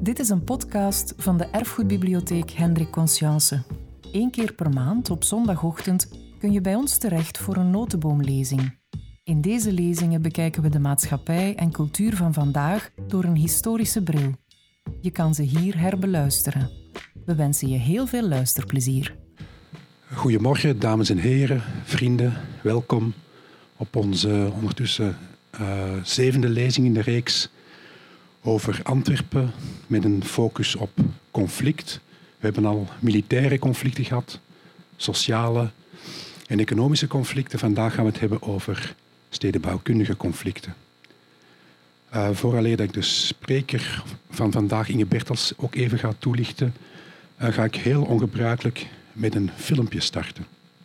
Dit is een podcast van de Erfgoedbibliotheek Hendrik Conscience. 1 keer per maand op zondagochtend kun je bij ons terecht voor een notenboomlezing. In deze lezingen bekijken we de maatschappij en cultuur van vandaag door een historische bril. Je kan ze hier herbeluisteren. We wensen je heel veel luisterplezier. Goedemorgen, dames en heren, vrienden. Welkom op onze ondertussen 7e lezing in de reeks over Antwerpen met een focus op conflict. We hebben al militaire conflicten gehad, sociale en economische conflicten. Vandaag gaan we het hebben over stedenbouwkundige conflicten. Vooraleer dat ik de spreker van vandaag, Inge Bertels, ook even ga toelichten, ga ik heel ongebruikelijk met een filmpje starten.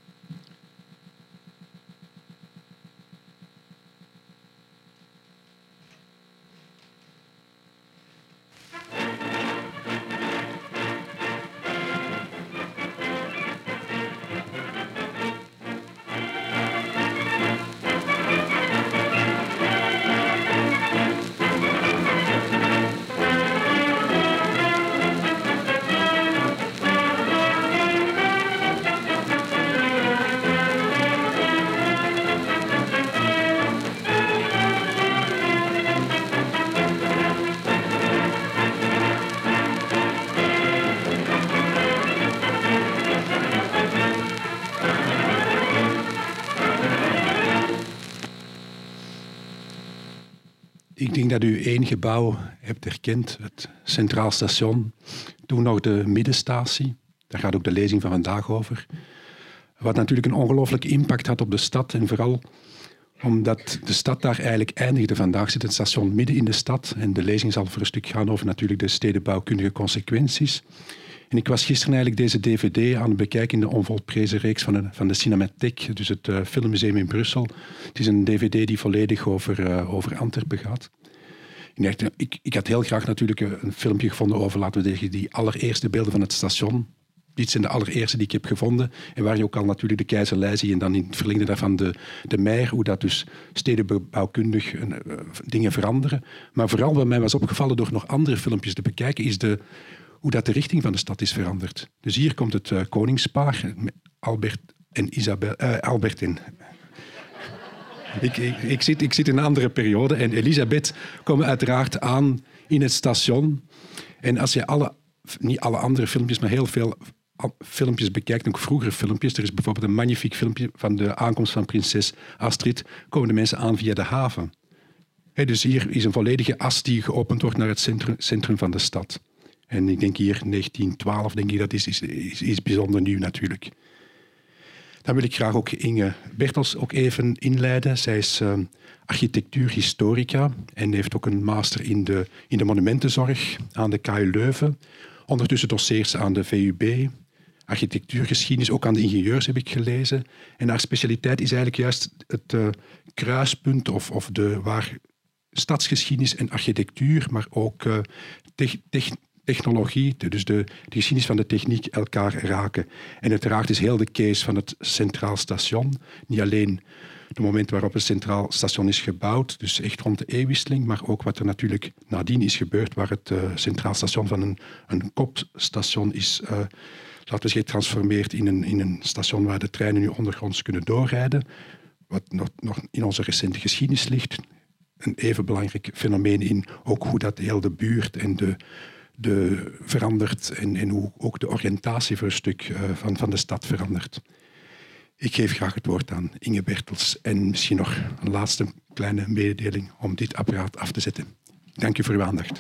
Ik denk dat u 1 gebouw hebt herkend, het Centraal Station. Toen nog de Middenstatie, daar gaat ook de lezing van vandaag over. Wat natuurlijk een ongelooflijke impact had op de stad. En vooral omdat de stad daar eigenlijk eindigde. Vandaag zit het station midden in de stad. En de lezing zal voor een stuk gaan over natuurlijk de stedenbouwkundige consequenties. En ik was gisteren eigenlijk deze dvd aan het bekijken in de onvolprezen reeks van de Cinematheek, dus het filmmuseum in Brussel. Het is een dvd die volledig over Antwerpen gaat. Ik had heel graag natuurlijk een filmpje gevonden over, laten we zeggen, die allereerste beelden van het station. Dit zijn de allereerste die ik heb gevonden. En waar je ook al natuurlijk de Keizerlei ziet en dan in het verlengde daarvan de Meijer, hoe dat dus stedenbouwkundig dingen veranderen. Maar vooral wat mij was opgevallen door nog andere filmpjes te bekijken, is hoe dat de richting van de stad is veranderd. Dus hier komt het koningspaar, Albert en Isabel. Ik zit in een andere periode en Elisabeth komen uiteraard aan in het station. En als je niet alle andere filmpjes, maar heel veel filmpjes bekijkt, ook vroegere filmpjes. Er is bijvoorbeeld een magnifiek filmpje van de aankomst van prinses Astrid. Komen de mensen aan via de haven. Dus hier is een volledige as die geopend wordt naar het centrum van de stad. En ik denk hier 1912, denk ik, dat is bijzonder nieuw natuurlijk. Dan wil ik graag ook Inge Bertels ook even inleiden. Zij is architectuurhistorica en heeft ook een master in de monumentenzorg aan de KU Leuven. Ondertussen doseert ze aan de VUB. Architectuurgeschiedenis, ook aan de ingenieurs heb ik gelezen. En haar specialiteit is eigenlijk juist het kruispunt waar stadsgeschiedenis en architectuur, maar ook technologie, dus de geschiedenis van de techniek, elkaar raken. En uiteraard is heel de case van het Centraal Station, niet alleen het moment waarop het Centraal Station is gebouwd, dus echt rond de eeuwwisseling, maar ook wat er natuurlijk nadien is gebeurd, waar het Centraal Station van een kopstation is, laten we zeggen, getransformeerd in een station waar de treinen nu ondergronds kunnen doorrijden, wat nog in onze recente geschiedenis ligt. Een even belangrijk fenomeen in ook hoe dat heel de buurt en de verandert en hoe ook de oriëntatie voor een stuk van de stad verandert. Ik geef graag het woord aan Inge Bertels en misschien nog een laatste kleine mededeling om dit apparaat af te zetten. Dank u voor uw aandacht.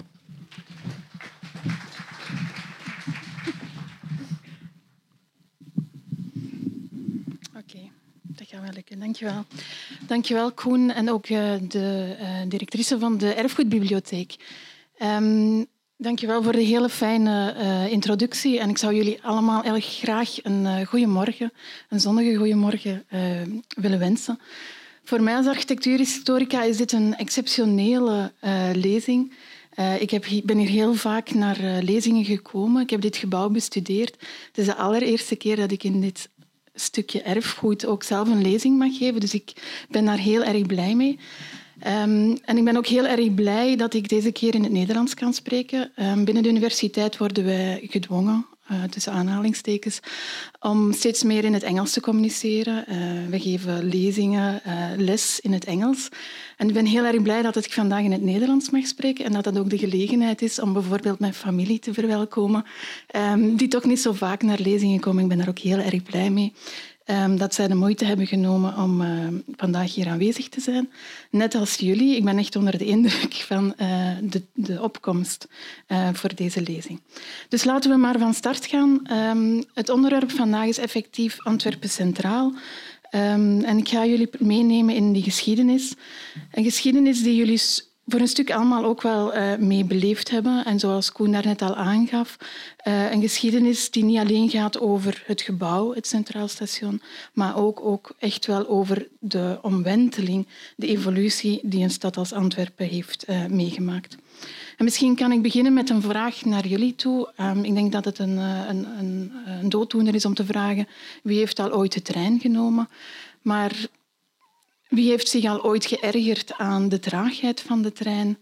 Oké, dat gaat wel lukken. Dankjewel. Dankjewel Koen en ook de directrice van de Erfgoedbibliotheek. Dankjewel voor de hele fijne introductie. En ik zou jullie allemaal erg graag een goede morgen, een zonnige goede morgen willen wensen. Voor mij als architectuurhistorica is dit een exceptionele lezing. Ik ben hier heel vaak naar lezingen gekomen. Ik heb dit gebouw bestudeerd. Het is de allereerste keer dat ik in dit stukje erfgoed ook zelf een lezing mag geven. Dus ik ben daar heel erg blij mee. En ik ben ook heel erg blij dat ik deze keer in het Nederlands kan spreken. Binnen de universiteit worden wij gedwongen, tussen aanhalingstekens, om steeds meer in het Engels te communiceren. We geven lezingen, les in het Engels. En ik ben heel erg blij dat ik vandaag in het Nederlands mag spreken en dat dat ook de gelegenheid is om bijvoorbeeld mijn familie te verwelkomen, die toch niet zo vaak naar lezingen komen. Ik ben daar ook heel erg blij mee. Dat zij de moeite hebben genomen om vandaag hier aanwezig te zijn. Net als jullie. Ik ben echt onder de indruk van de opkomst voor deze lezing. Dus laten we maar van start gaan. Het onderwerp vandaag is effectief Antwerpen Centraal. En ik ga jullie meenemen in die geschiedenis. Een geschiedenis die jullie voor een stuk allemaal ook wel mee beleefd hebben. En zoals Koen daarnet al aangaf, een geschiedenis die niet alleen gaat over het gebouw, het Centraal Station, maar ook echt wel over de omwenteling, de evolutie die een stad als Antwerpen heeft meegemaakt. En misschien kan ik beginnen met een vraag naar jullie toe. Ik denk dat het een dooddoener is om te vragen wie heeft al ooit de trein genomen. Maar wie heeft zich al ooit geërgerd aan de traagheid van de trein?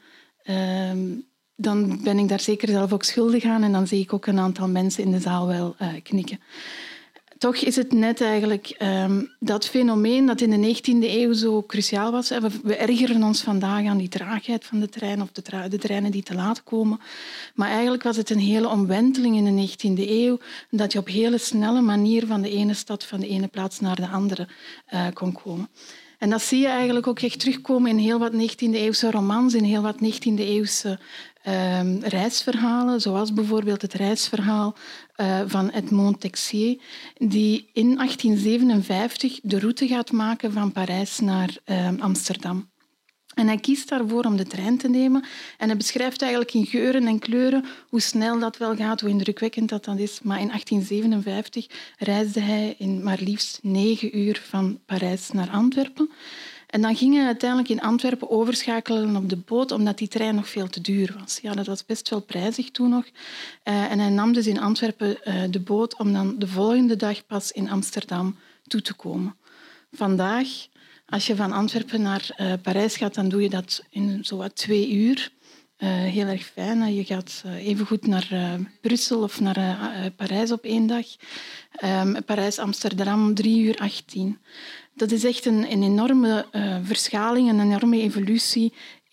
Dan ben ik daar zeker zelf ook schuldig aan en dan zie ik ook een aantal mensen in de zaal wel knikken. Toch is het net eigenlijk dat fenomeen dat in de 19e eeuw zo cruciaal was. We ergeren ons vandaag aan die traagheid van de trein of de treinen die te laat komen. Maar eigenlijk was het een hele omwenteling in de 19e eeuw dat je op hele snelle manier van de ene stad, van de ene plaats naar de andere kon komen. En dat zie je eigenlijk ook echt terugkomen in heel wat 19e-eeuwse romans, in heel wat 19e-eeuwse reisverhalen, zoals bijvoorbeeld het reisverhaal van Edmond Texier, die in 1857 de route gaat maken van Parijs naar Amsterdam. En hij kiest daarvoor om de trein te nemen. En hij beschrijft eigenlijk in geuren en kleuren hoe snel dat wel gaat, hoe indrukwekkend dat is. Maar in 1857 reisde hij in maar liefst 9 uur van Parijs naar Antwerpen. En dan ging hij uiteindelijk in Antwerpen overschakelen op de boot, omdat die trein nog veel te duur was. Ja, dat was best wel prijzig toen nog. En hij nam dus in Antwerpen de boot om dan de volgende dag pas in Amsterdam toe te komen. Vandaag, als je van Antwerpen naar Parijs gaat, dan doe je dat in zowat 2 uur. Heel erg fijn. Je gaat evengoed naar Brussel of naar Parijs op 1 dag. Parijs-Amsterdam 3 uur 18. Dat is echt een enorme verschaling, een enorme evolutie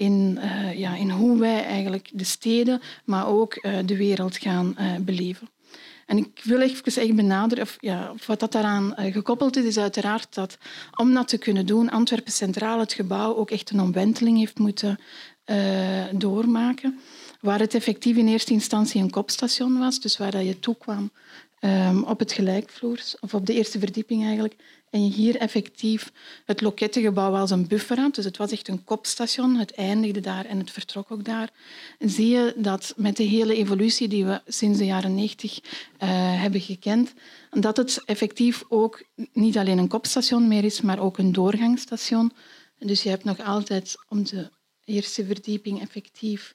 in hoe wij eigenlijk de steden, maar ook de wereld gaan beleven. En ik wil even benadrukken, of wat dat daaraan gekoppeld is uiteraard dat om dat te kunnen doen, Antwerpen Centraal, het gebouw, ook echt een omwenteling heeft moeten doormaken. Waar het effectief in eerste instantie een kopstation was, dus waar je toekwam op het gelijkvloers, of op de eerste verdieping eigenlijk, en je hier effectief het lokettengebouw als een buffer had. Dus het was echt een kopstation, het eindigde daar en het vertrok ook daar. En zie je dat met de hele evolutie die we sinds de jaren 90 hebben gekend, dat het effectief ook niet alleen een kopstation meer is, maar ook een doorgangsstation. Dus je hebt nog altijd om de eerste verdieping effectief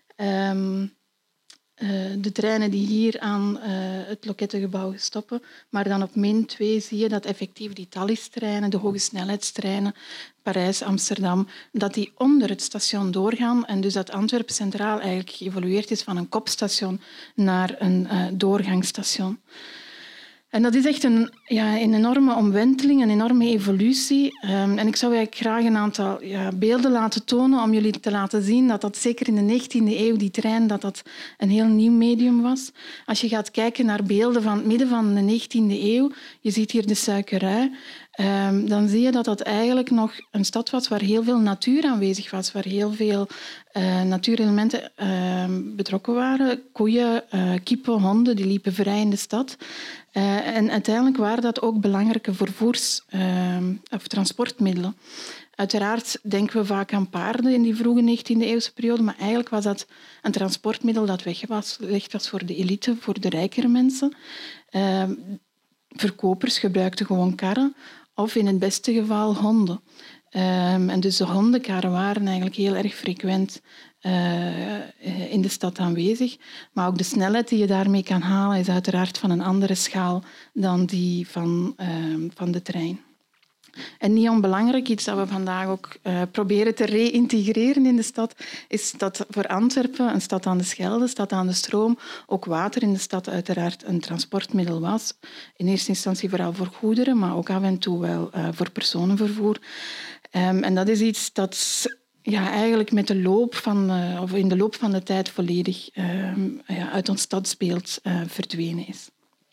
de treinen die hier aan het lokettengebouw stoppen. Maar dan op min 2 zie je dat effectief die Thalys-treinen, de hogesnelheidstreinen, Parijs-Amsterdam, dat die onder het station doorgaan. En dus dat Antwerpen Centraal eigenlijk geëvolueerd is van een kopstation naar een doorgangsstation. En dat is echt een enorme omwenteling, een enorme evolutie. En ik zou eigenlijk graag een aantal beelden laten tonen om jullie te laten zien dat zeker in de 19e eeuw, die trein, dat een heel nieuw medium was. Als je gaat kijken naar beelden van het midden van de 19e eeuw, je ziet hier de suikerij, dan zie je dat dat eigenlijk nog een stad was waar heel veel natuur aanwezig was, waar heel veel natuurelementen betrokken waren. Koeien, kippen, honden, die liepen vrij in de stad. En uiteindelijk waren dat ook belangrijke of transportmiddelen. Uiteraard denken we vaak aan paarden in die vroege 19e-eeuwse periode, maar eigenlijk was dat een transportmiddel dat weggelegd was voor de elite, voor de rijkere mensen. Verkopers gebruikten gewoon karren of in het beste geval honden. En dus de hondenkarren waren eigenlijk heel erg frequent in de stad aanwezig. Maar ook de snelheid die je daarmee kan halen is uiteraard van een andere schaal dan die van de trein. En niet onbelangrijk, iets dat we vandaag ook proberen te reïntegreren in de stad, is dat voor Antwerpen, een stad aan de Schelde, een stad aan de stroom, ook water in de stad uiteraard een transportmiddel was. In eerste instantie vooral voor goederen, maar ook af en toe wel voor personenvervoer. En dat is iets dat eigenlijk met de loop van, of in de loop van de tijd volledig uit ons stadsbeeld verdwenen is.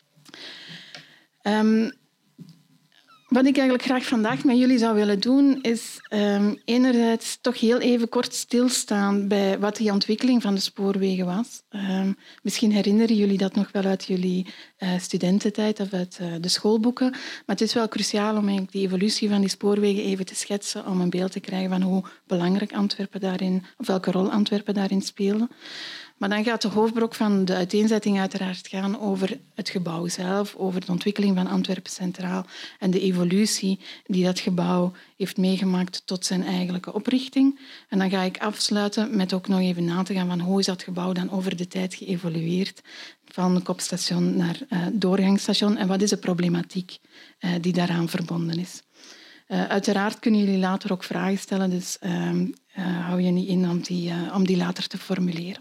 Wat ik eigenlijk graag vandaag met jullie zou willen doen, is enerzijds toch heel even kort stilstaan bij wat die ontwikkeling van de spoorwegen was. Misschien herinneren jullie dat nog wel uit jullie studententijd of uit de schoolboeken. Maar het is wel cruciaal om eigenlijk die evolutie van die spoorwegen even te schetsen, om een beeld te krijgen van hoe belangrijk Antwerpen daarin, of welke rol Antwerpen daarin speelde. Maar dan gaat de hoofdbrok van de uiteenzetting uiteraard gaan over het gebouw zelf, over de ontwikkeling van Antwerpen Centraal en de evolutie die dat gebouw heeft meegemaakt tot zijn eigenlijke oprichting. En dan ga ik afsluiten met ook nog even na te gaan van hoe is dat gebouw dan over de tijd geëvolueerd van kopstation naar doorgangsstation en wat is de problematiek die daaraan verbonden is. Uiteraard kunnen jullie later ook vragen stellen, dus hou je niet in om die later te formuleren.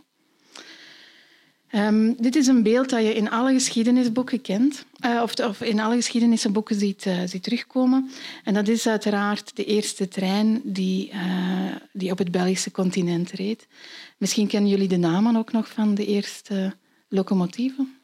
Dit is een beeld dat je in alle geschiedenisboeken kent, of in alle geschiedenisboeken ziet terugkomen. En dat is uiteraard de eerste trein die op het Belgische continent reed. Misschien kennen jullie de namen ook nog van de eerste locomotieven.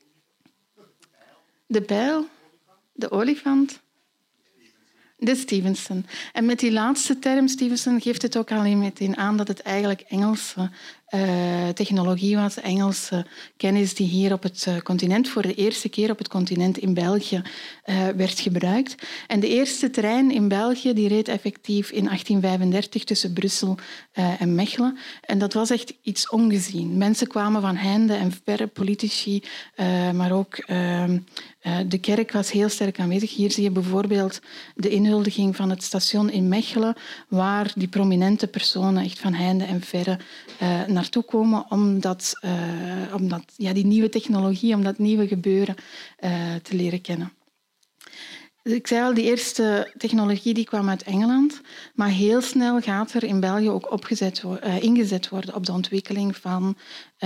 De Bijl, de Olifant, de Stephenson. En met die laatste term, Stephenson, geeft het ook al meteen aan dat het eigenlijk Engelse technologie was, Engelse kennis die hier op het continent, voor de eerste keer op het continent in België, werd gebruikt. En de eerste trein in België die reed effectief in 1835 tussen Brussel en Mechelen. En dat was echt iets ongezien. Mensen kwamen van heinde en verre, politici, maar ook de kerk was heel sterk aanwezig. Hier zie je bijvoorbeeld de inhuldiging van het station in Mechelen, waar die prominente personen echt van heinde en verre naartoe komen om die nieuwe technologie, om dat nieuwe gebeuren te leren kennen. Dus ik zei al, die eerste technologie die kwam uit Engeland, maar heel snel gaat er in België ook ingezet worden op de ontwikkeling van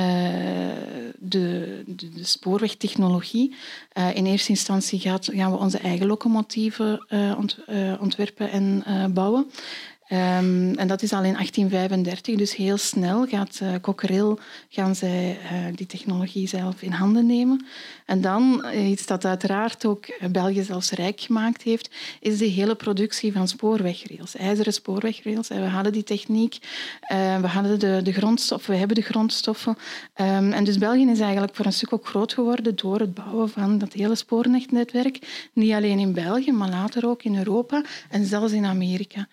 de spoorwegtechnologie. In eerste instantie gaan we onze eigen locomotieven ontwerpen en bouwen. En dat is al in 1835, dus heel snel gaat Cockerill die technologie zelf in handen nemen. En dan, iets dat uiteraard ook België zelfs rijk gemaakt heeft, is de hele productie van spoorwegrails, ijzeren spoorwegrails. En we hadden die techniek, we hadden de grondstoffen, we hebben de grondstoffen. En dus België is eigenlijk voor een stuk ook groot geworden door het bouwen van dat hele spoornetwerk. Niet alleen in België, maar later ook in Europa en zelfs in Amerika.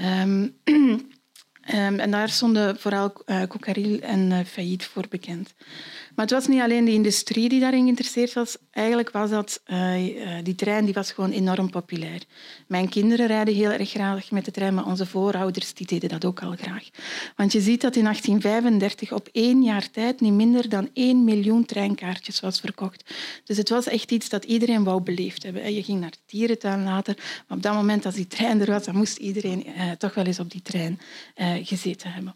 En daar stonden vooral Cockerill en Failliet voor bekend. Maar het was niet alleen de industrie die daarin geïnteresseerd was. Eigenlijk was dat, die trein die was gewoon enorm populair. Mijn kinderen rijden heel erg graag met de trein, maar onze voorouders die deden dat ook al graag. Want je ziet dat in 1835 op 1 jaar tijd niet minder dan 1 miljoen treinkaartjes was verkocht. Dus het was echt iets dat iedereen wou beleefd hebben. Je ging naar de dierentuin later, maar op dat moment als die trein er was, dan moest iedereen toch wel eens op die trein gezeten hebben.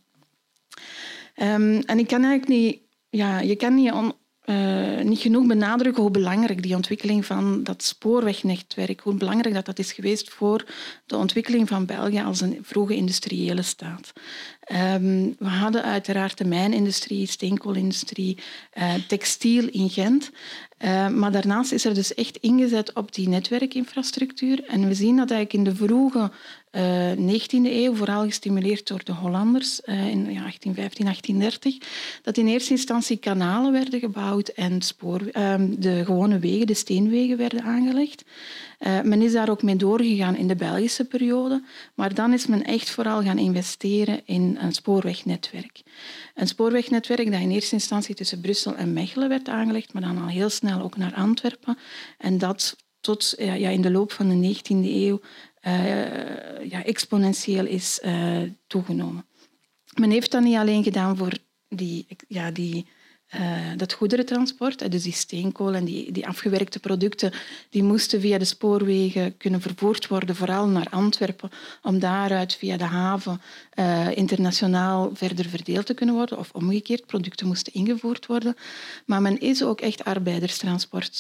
En ik kan eigenlijk niet... Ja, je kan niet genoeg benadrukken hoe belangrijk die ontwikkeling van dat spoorwegnetwerk, hoe belangrijk dat is geweest voor de ontwikkeling van België als een vroege industriële staat. We hadden uiteraard de mijnindustrie, steenkoolindustrie, textiel in Gent. Maar daarnaast is er dus echt ingezet op die netwerkinfrastructuur. En we zien dat eigenlijk in de vroege 19e eeuw, vooral gestimuleerd door de Hollanders in 1815, 1830, dat in eerste instantie kanalen werden gebouwd en de gewone wegen, de steenwegen, werden aangelegd. Men is daar ook mee doorgegaan in de Belgische periode, maar dan is men echt vooral gaan investeren in een spoorwegnetwerk. Een spoorwegnetwerk dat in eerste instantie tussen Brussel en Mechelen werd aangelegd, maar dan al heel snel ook naar Antwerpen. En dat tot in de loop van de 19e eeuw exponentieel is toegenomen. Men heeft dat niet alleen gedaan voor die dat goederentransport. Dus die steenkool en die afgewerkte producten die moesten via de spoorwegen kunnen vervoerd worden, vooral naar Antwerpen, om daaruit via de haven internationaal verder verdeeld te kunnen worden. Of omgekeerd, producten moesten ingevoerd worden. Maar men is ook echt arbeiderstransport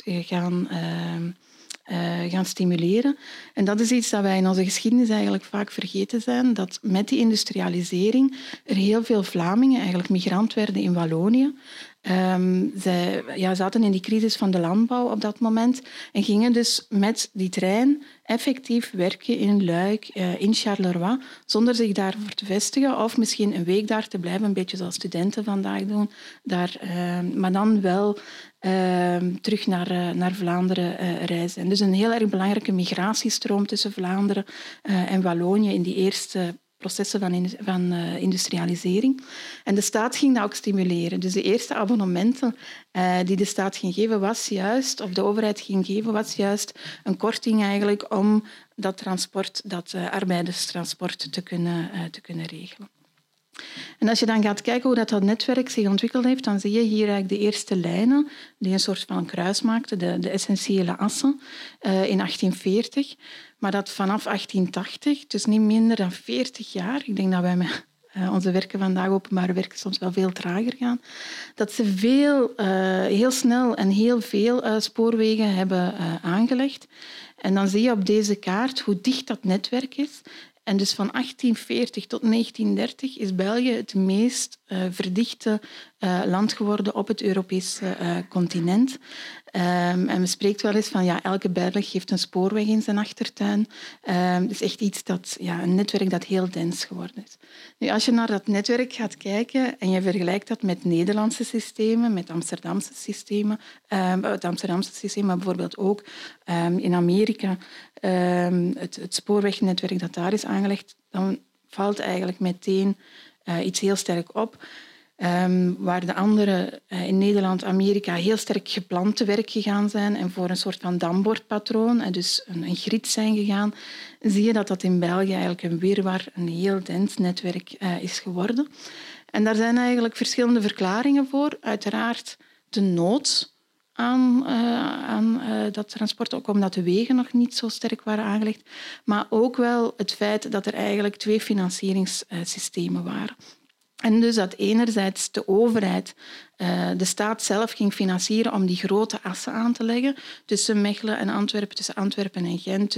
gaan stimuleren. En dat is iets dat wij in onze geschiedenis eigenlijk vaak vergeten zijn, dat met die industrialisering er heel veel Vlamingen eigenlijk migrant werden in Wallonië. Zij zaten in die crisis van de landbouw op dat moment en gingen dus met die trein effectief werken in Luik, in Charleroi, zonder zich daarvoor te vestigen of misschien een week daar te blijven, een beetje zoals studenten vandaag doen, maar dan wel terug naar Vlaanderen reizen. En dus een heel erg belangrijke migratiestroom tussen Vlaanderen en Wallonië in die eerste processen van industrialisering. En de staat ging dat ook stimuleren. Dus de eerste abonnementen die de staat ging geven, was juist, of de overheid ging geven, was juist een korting eigenlijk om dat transport, dat arbeiderstransport te kunnen regelen. En als je dan gaat kijken hoe dat netwerk zich ontwikkeld heeft, dan zie je hier eigenlijk de eerste lijnen die een soort van kruis maakten, de essentiële assen, in 1840. Maar dat vanaf 1880, dus niet minder dan 40 jaar, ik denk dat wij met onze werken vandaag, openbare werken, soms wel veel trager gaan, dat ze heel snel en heel veel spoorwegen hebben aangelegd. En dan zie je op deze kaart hoe dicht dat netwerk is. En dus van 1840 tot 1930 is België het meest verdichte land geworden op het Europese continent. En men spreekt wel eens van elke Belg heeft een spoorweg in zijn achtertuin. Het is echt iets een netwerk dat heel dens geworden is. Nu, als je naar dat netwerk gaat kijken en je vergelijkt dat met Nederlandse systemen, met Amsterdamse systemen, maar bijvoorbeeld ook in Amerika, het spoorwegnetwerk dat daar is aangelegd, dan valt eigenlijk meteen iets heel sterk op. Waar de anderen in Nederland, Amerika heel sterk gepland te werk gegaan zijn en voor een soort van dambordpatroon, dus een grid zijn gegaan, zie je dat in België eigenlijk een wirwar, een heel dens netwerk is geworden. En daar zijn eigenlijk verschillende verklaringen voor. Uiteraard de nood aan dat transport, ook omdat de wegen nog niet zo sterk waren aangelegd, maar ook wel het feit dat er eigenlijk 2 financieringssystemen waren. En dus dat enerzijds de overheid, de staat zelf ging financieren om die grote assen aan te leggen tussen Mechelen en Antwerpen, tussen Antwerpen en Gent,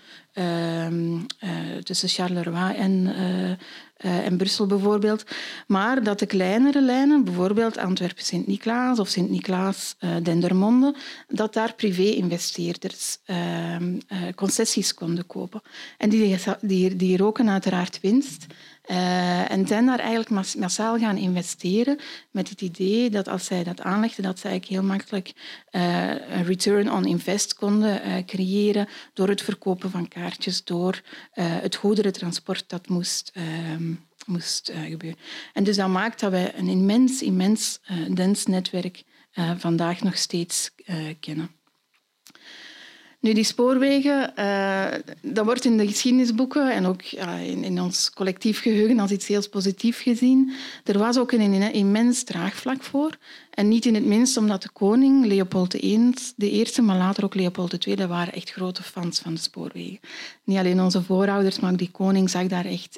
tussen Charleroi en Brussel bijvoorbeeld. Maar dat de kleinere lijnen, bijvoorbeeld Antwerpen-Sint-Niklaas of Sint-Niklaas-Dendermonde, dat daar privé-investeerders concessies konden kopen. En die roken uiteraard winst. En zijn daar eigenlijk massaal gaan investeren met het idee dat als zij dat aanlegden, dat zij eigenlijk heel makkelijk een return on invest konden creëren door het verkopen van kaartjes, door het goederentransport dat moest gebeuren. En dus dat maakt dat wij een immens dens netwerk vandaag nog steeds kennen. Nu, die spoorwegen, dat wordt in de geschiedenisboeken en ook in ons collectief geheugen als iets heel positiefs gezien. Er was ook een immens draagvlak voor. En niet in het minst omdat de koning, Leopold I, maar later ook Leopold II, dat waren echt grote fans van de spoorwegen. Niet alleen onze voorouders, maar ook die koning zag daar echt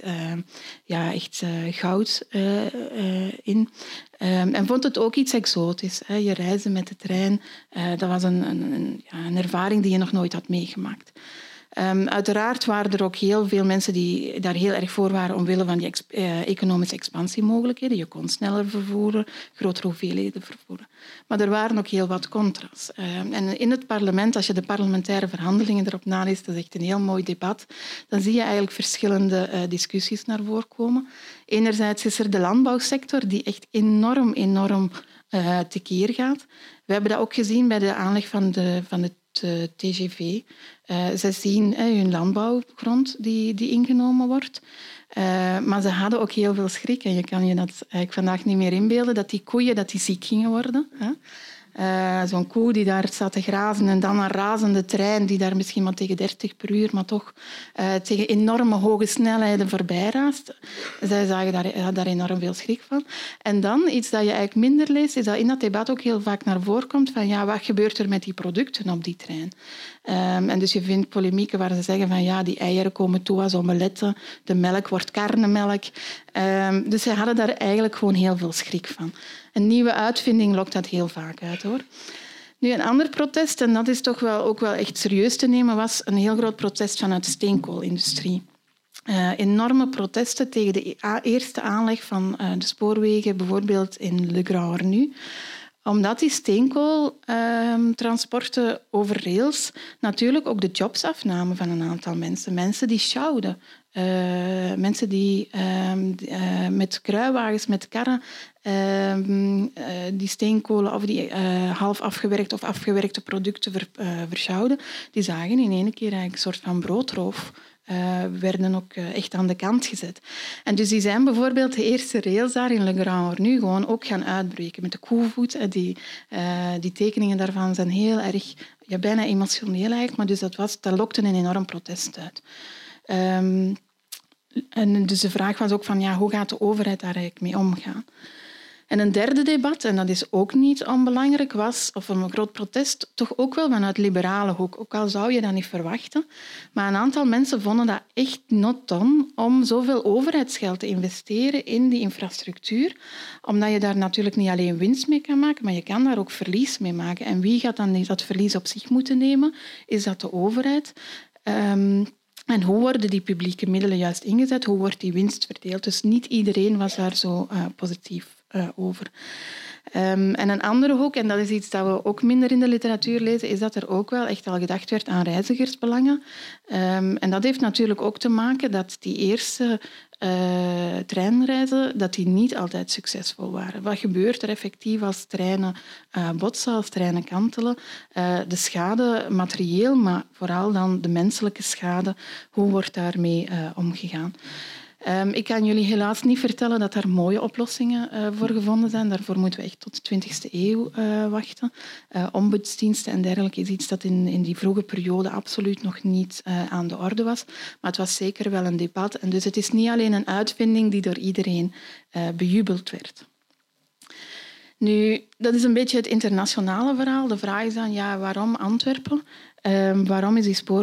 goud in. En vond het ook iets exotisch. Je reizen met de trein, dat was een ervaring die je nog nooit had meegemaakt. Uiteraard waren er ook heel veel mensen die daar heel erg voor waren omwille van die economische expansiemogelijkheden. Je kon sneller vervoeren, grotere hoeveelheden vervoeren. Maar er waren ook heel wat contra's. En in het parlement, als je de parlementaire verhandelingen erop naleest, dat is echt een heel mooi debat, dan zie je eigenlijk verschillende discussies naar voren komen. Enerzijds is er de landbouwsector die echt enorm tekeer gaat. We hebben dat ook gezien bij de aanleg van het TGV. Zij zien hun landbouwgrond die ingenomen wordt. Maar ze hadden ook heel veel schrik. En je kan je dat eigenlijk vandaag niet meer inbeelden, dat die koeien ziek gingen worden. Zo'n koe die daar staat te grazen en dan een razende trein die daar misschien maar tegen 30 per uur, maar toch tegen enorme hoge snelheden voorbij raast. Zij zagen daar enorm veel schrik van. En dan, iets dat je eigenlijk minder leest, is dat in dat debat ook heel vaak naar voren komt van ja, wat gebeurt er met die producten op die trein? En dus je vindt polemieken waar ze zeggen van ja, die eieren komen toe als omeletten, de melk wordt karnemelk. Dus ze hadden daar eigenlijk gewoon heel veel schrik van. Een nieuwe uitvinding lokt dat heel vaak uit, hoor. Nu, een ander protest, en dat is toch wel ook wel echt serieus te nemen, was een heel groot protest vanuit de steenkoolindustrie. Enorme protesten tegen de eerste aanleg van de spoorwegen, bijvoorbeeld in Le Grand-Ornu. Omdat die steenkooltransporten over rails natuurlijk ook de jobs afnamen van een aantal mensen. Mensen die sjouwden. Mensen die met kruiwagens, met karren, die steenkolen of die half afgewerkt of afgewerkte producten versjouwden, die zagen in één keer eigenlijk een soort van broodroof. Werden ook echt aan de kant gezet. En dus die zijn bijvoorbeeld de eerste rails daar in Le Grand-Ornu gewoon ook gaan uitbreken met de koevoet. Die tekeningen daarvan zijn heel erg, ja, bijna emotioneel eigenlijk, maar dus dat lokte een enorm protest uit. En dus de vraag was ook van ja, hoe gaat de overheid daar eigenlijk mee omgaan? En een derde debat, en dat is ook niet onbelangrijk, was, of een groot protest, toch ook wel vanuit liberale hoek. Ook al zou je dat niet verwachten. Maar een aantal mensen vonden dat echt not done om zoveel overheidsgeld te investeren in die infrastructuur. Omdat je daar natuurlijk niet alleen winst mee kan maken, maar je kan daar ook verlies mee maken. En wie gaat dan dat verlies op zich moeten nemen? Is dat de overheid? En hoe worden die publieke middelen juist ingezet? Hoe wordt die winst verdeeld? Dus niet iedereen was daar zo positief over. En een andere hoek, en dat is iets dat we ook minder in de literatuur lezen, is dat er ook wel echt al gedacht werd aan reizigersbelangen. En dat heeft natuurlijk ook te maken dat die eerste treinreizen dat die niet altijd succesvol waren. Wat gebeurt er effectief als treinen botsen, als treinen kantelen? De schade materieel, maar vooral dan de menselijke schade. Hoe wordt daarmee omgegaan? Ik kan jullie helaas niet vertellen dat er mooie oplossingen voor gevonden zijn. Daarvoor moeten we echt tot de 20e eeuw wachten. Ombudsdiensten en dergelijke is iets dat in die vroege periode absoluut nog niet aan de orde was. Maar het was zeker wel een debat. En dus het is niet alleen een uitvinding die door iedereen bejubeld werd. Nu, dat is een beetje het internationale verhaal. De vraag is dan, ja, waarom Antwerpen? Waarom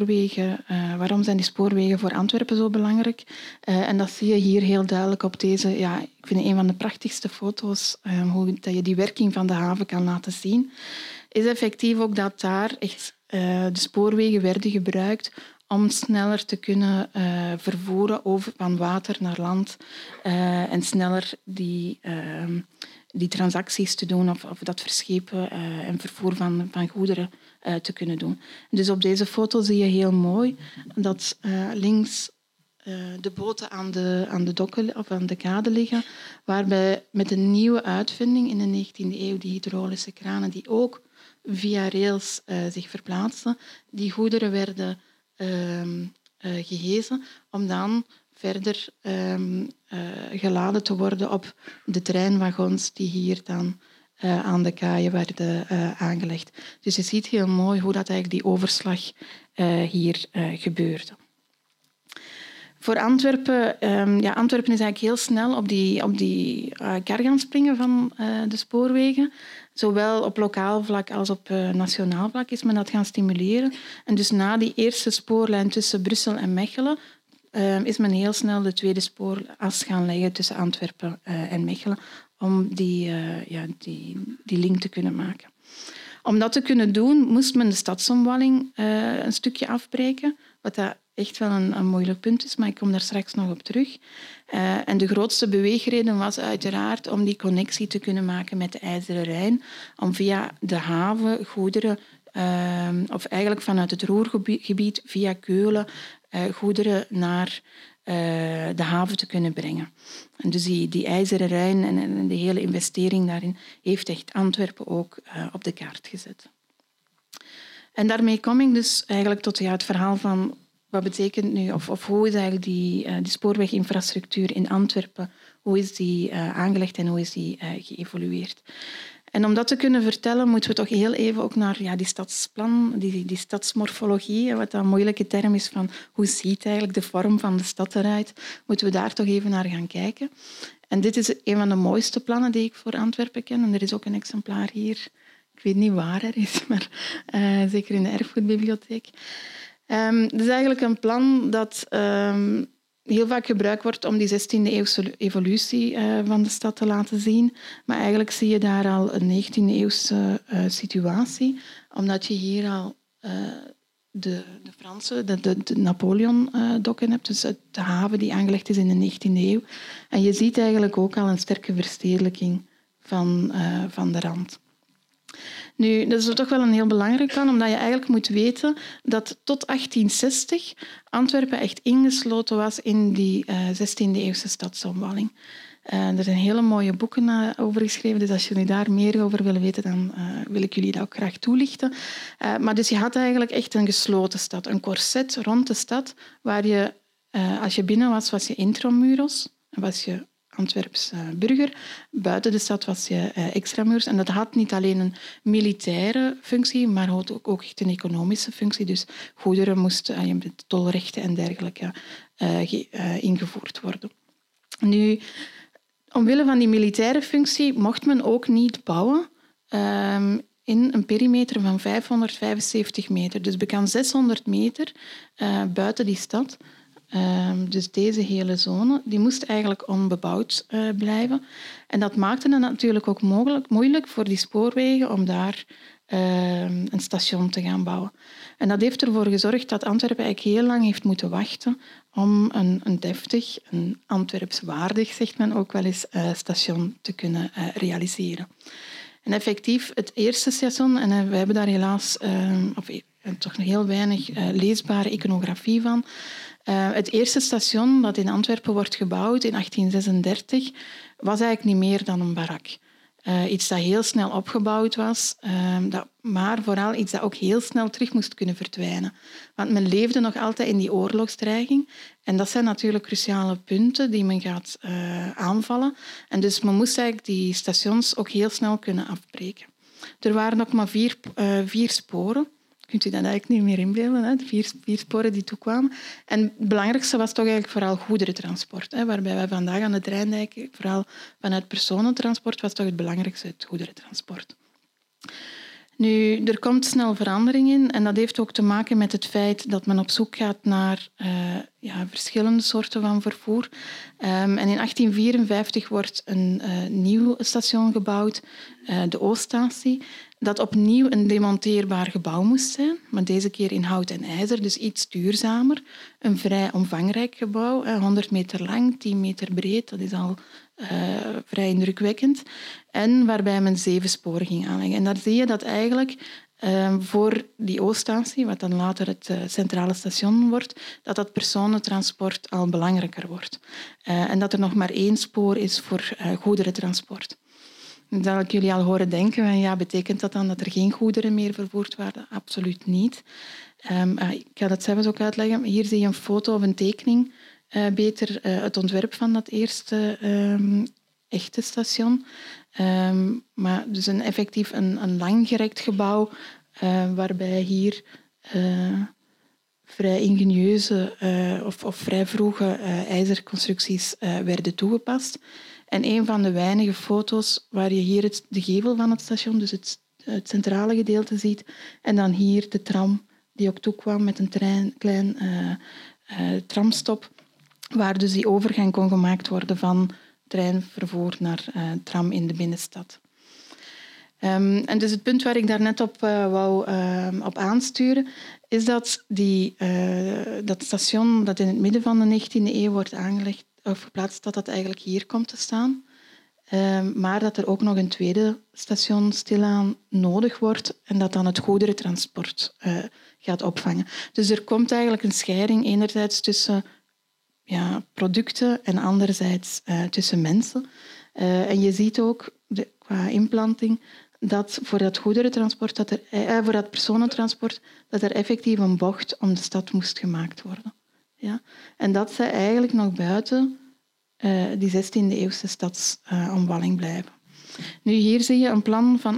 zijn die spoorwegen voor Antwerpen zo belangrijk? En dat zie je hier heel duidelijk op deze, ja, ik vind een van de prachtigste foto's, hoe dat je die werking van de haven kan laten zien, is effectief ook dat daar echt de spoorwegen werden gebruikt om sneller te kunnen vervoeren van water naar land en sneller die transacties te doen of dat verschepen en vervoer van goederen te kunnen doen. Dus op deze foto zie je heel mooi dat links de boten aan de dokken of aan de kade liggen, waarbij met een nieuwe uitvinding in de 19e eeuw, die hydraulische kranen, die ook via rails zich verplaatsten, die goederen werden gehezen om dan verder geladen te worden op de treinwagons die hier dan aan de kaaien werden aangelegd. Dus je ziet heel mooi hoe dat eigenlijk die overslag hier gebeurde. Voor Antwerpen, Antwerpen is eigenlijk heel snel op die kar gaan springen van de spoorwegen. Zowel op lokaal vlak als op nationaal vlak is men dat gaan stimuleren. En dus na die eerste spoorlijn tussen Brussel en Mechelen is men heel snel de tweede spooras gaan leggen tussen Antwerpen en Mechelen om die link te kunnen maken. Om dat te kunnen doen, moest men de stadsomwalling een stukje afbreken, wat dat echt wel een moeilijk punt is, maar ik kom daar straks nog op terug. En de grootste beweegreden was uiteraard om die connectie te kunnen maken met de IJzeren Rijn, om via de haven goederen, of eigenlijk vanuit het Ruhrgebied via Keulen, goederen naar de haven te kunnen brengen. En dus die IJzeren Rijn en de hele investering daarin heeft echt Antwerpen ook op de kaart gezet. En daarmee kom ik dus eigenlijk tot het verhaal van wat betekent nu, of hoe is eigenlijk die spoorweginfrastructuur in Antwerpen, hoe is die aangelegd en hoe is die geëvolueerd. En om dat te kunnen vertellen, moeten we toch heel even ook naar die stadsplan, die stadsmorfologie, wat een moeilijke term is van hoe ziet eigenlijk de vorm van de stad eruit, moeten we daar toch even naar gaan kijken. En dit is een van de mooiste plannen die ik voor Antwerpen ken. En er is ook een exemplaar hier. Ik weet niet waar er is, maar zeker in de erfgoedbibliotheek. Het is eigenlijk een plan dat heel vaak gebruikt wordt om die 16e-eeuwse evolutie van de stad te laten zien. Maar eigenlijk zie je daar al een 19e-eeuwse situatie, omdat je hier al de Franse, de Napoleon-dokken hebt, dus de haven die aangelegd is in de 19e eeuw. En je ziet eigenlijk ook al een sterke verstedelijking van de rand. Nu, dat is toch wel een heel belangrijk plan, omdat je eigenlijk moet weten dat tot 1860 Antwerpen echt ingesloten was in die 16e-eeuwse stadsomwalling. Er zijn hele mooie boeken over geschreven, dus als jullie daar meer over willen weten, dan wil ik jullie dat ook graag toelichten. Maar dus je had eigenlijk echt een gesloten stad, een corset rond de stad, waar je, als je binnen was je intramuros, was je Antwerps burger. Buiten de stad was je extramuros. En dat had niet alleen een militaire functie, maar ook echt een economische functie. Dus goederen moesten, tolrechten en dergelijke ingevoerd worden. Nu, omwille van die militaire functie mocht men ook niet bouwen in een perimeter van 575 meter. Dus bekend 600 meter buiten die stad. Dus deze hele zone die moest eigenlijk onbebouwd blijven. En dat maakte het natuurlijk ook moeilijk voor die spoorwegen om daar een station te gaan bouwen. En dat heeft ervoor gezorgd dat Antwerpen eigenlijk heel lang heeft moeten wachten om een deftig, een Antwerpswaardig, zegt men ook wel eens, station te kunnen realiseren. En effectief, het eerste station, en we hebben daar helaas toch nog heel weinig leesbare iconografie van. Het eerste station dat in Antwerpen wordt gebouwd in 1836 was eigenlijk niet meer dan een barak. Iets dat heel snel opgebouwd was, maar vooral iets dat ook heel snel terug moest kunnen verdwijnen. Want men leefde nog altijd in die oorlogsdreiging. En dat zijn natuurlijk cruciale punten die men gaat aanvallen. En dus men moest eigenlijk die stations ook heel snel kunnen afbreken. Er waren nog maar vier sporen. Kunt u dat eigenlijk niet meer inbeelden, hè? De vier sporen die toekwamen. En het belangrijkste was toch eigenlijk vooral goederentransport. Hè? Waarbij wij vandaag aan de Rijndijk, vooral vanuit personentransport, was toch het belangrijkste het goederentransport. Nu, er komt snel verandering in en dat heeft ook te maken met het feit dat men op zoek gaat naar verschillende soorten van vervoer. En in 1854 wordt een nieuw station gebouwd, de Ooststatie, dat opnieuw een demonteerbaar gebouw moest zijn, maar deze keer in hout en ijzer, dus iets duurzamer. Een vrij omvangrijk gebouw, 100 meter lang, 10 meter breed, dat is al vrij indrukwekkend. En waarbij men 7 sporen ging aanleggen. En daar zie je dat eigenlijk voor die Ooststatie, wat dan later het centrale station wordt, dat personentransport al belangrijker wordt. En dat er nog maar 1 spoor is voor goederentransport. Dan zal ik jullie al horen denken, ja, betekent dat dan dat er geen goederen meer vervoerd worden? Absoluut niet. Ik ga dat zelfs ook uitleggen. Hier zie je een foto of een tekening, beter het ontwerp van dat eerste echte station. Maar dus effectief een langgerekt gebouw, waarbij hier vrij ingenieuze of vrij vroege ijzerconstructies werden toegepast. En een van de weinige foto's waar je hier de gevel van het station, dus het centrale gedeelte ziet, en dan hier de tram die ook toekwam met een klein tramstop, waar dus die overgang kon gemaakt worden van treinvervoer naar tram in de binnenstad. En dus het punt waar ik daarnet op wou op aansturen, is dat dat station dat in het midden van de 19e eeuw wordt aangelegd of geplaatst, dat dat eigenlijk hier komt te staan. Maar dat er ook nog een tweede station stilaan nodig wordt en dat dan het goederentransport gaat opvangen. Dus er komt eigenlijk een scheiding enerzijds tussen producten en anderzijds tussen mensen. En je ziet ook qua inplanting dat voor dat goederentransport, voor dat personentransport, dat er effectief een bocht om de stad moest gemaakt worden. Ja? En dat zij eigenlijk nog buiten die 16e-eeuwse stadsomwalling blijven. Nu, hier zie je een plan van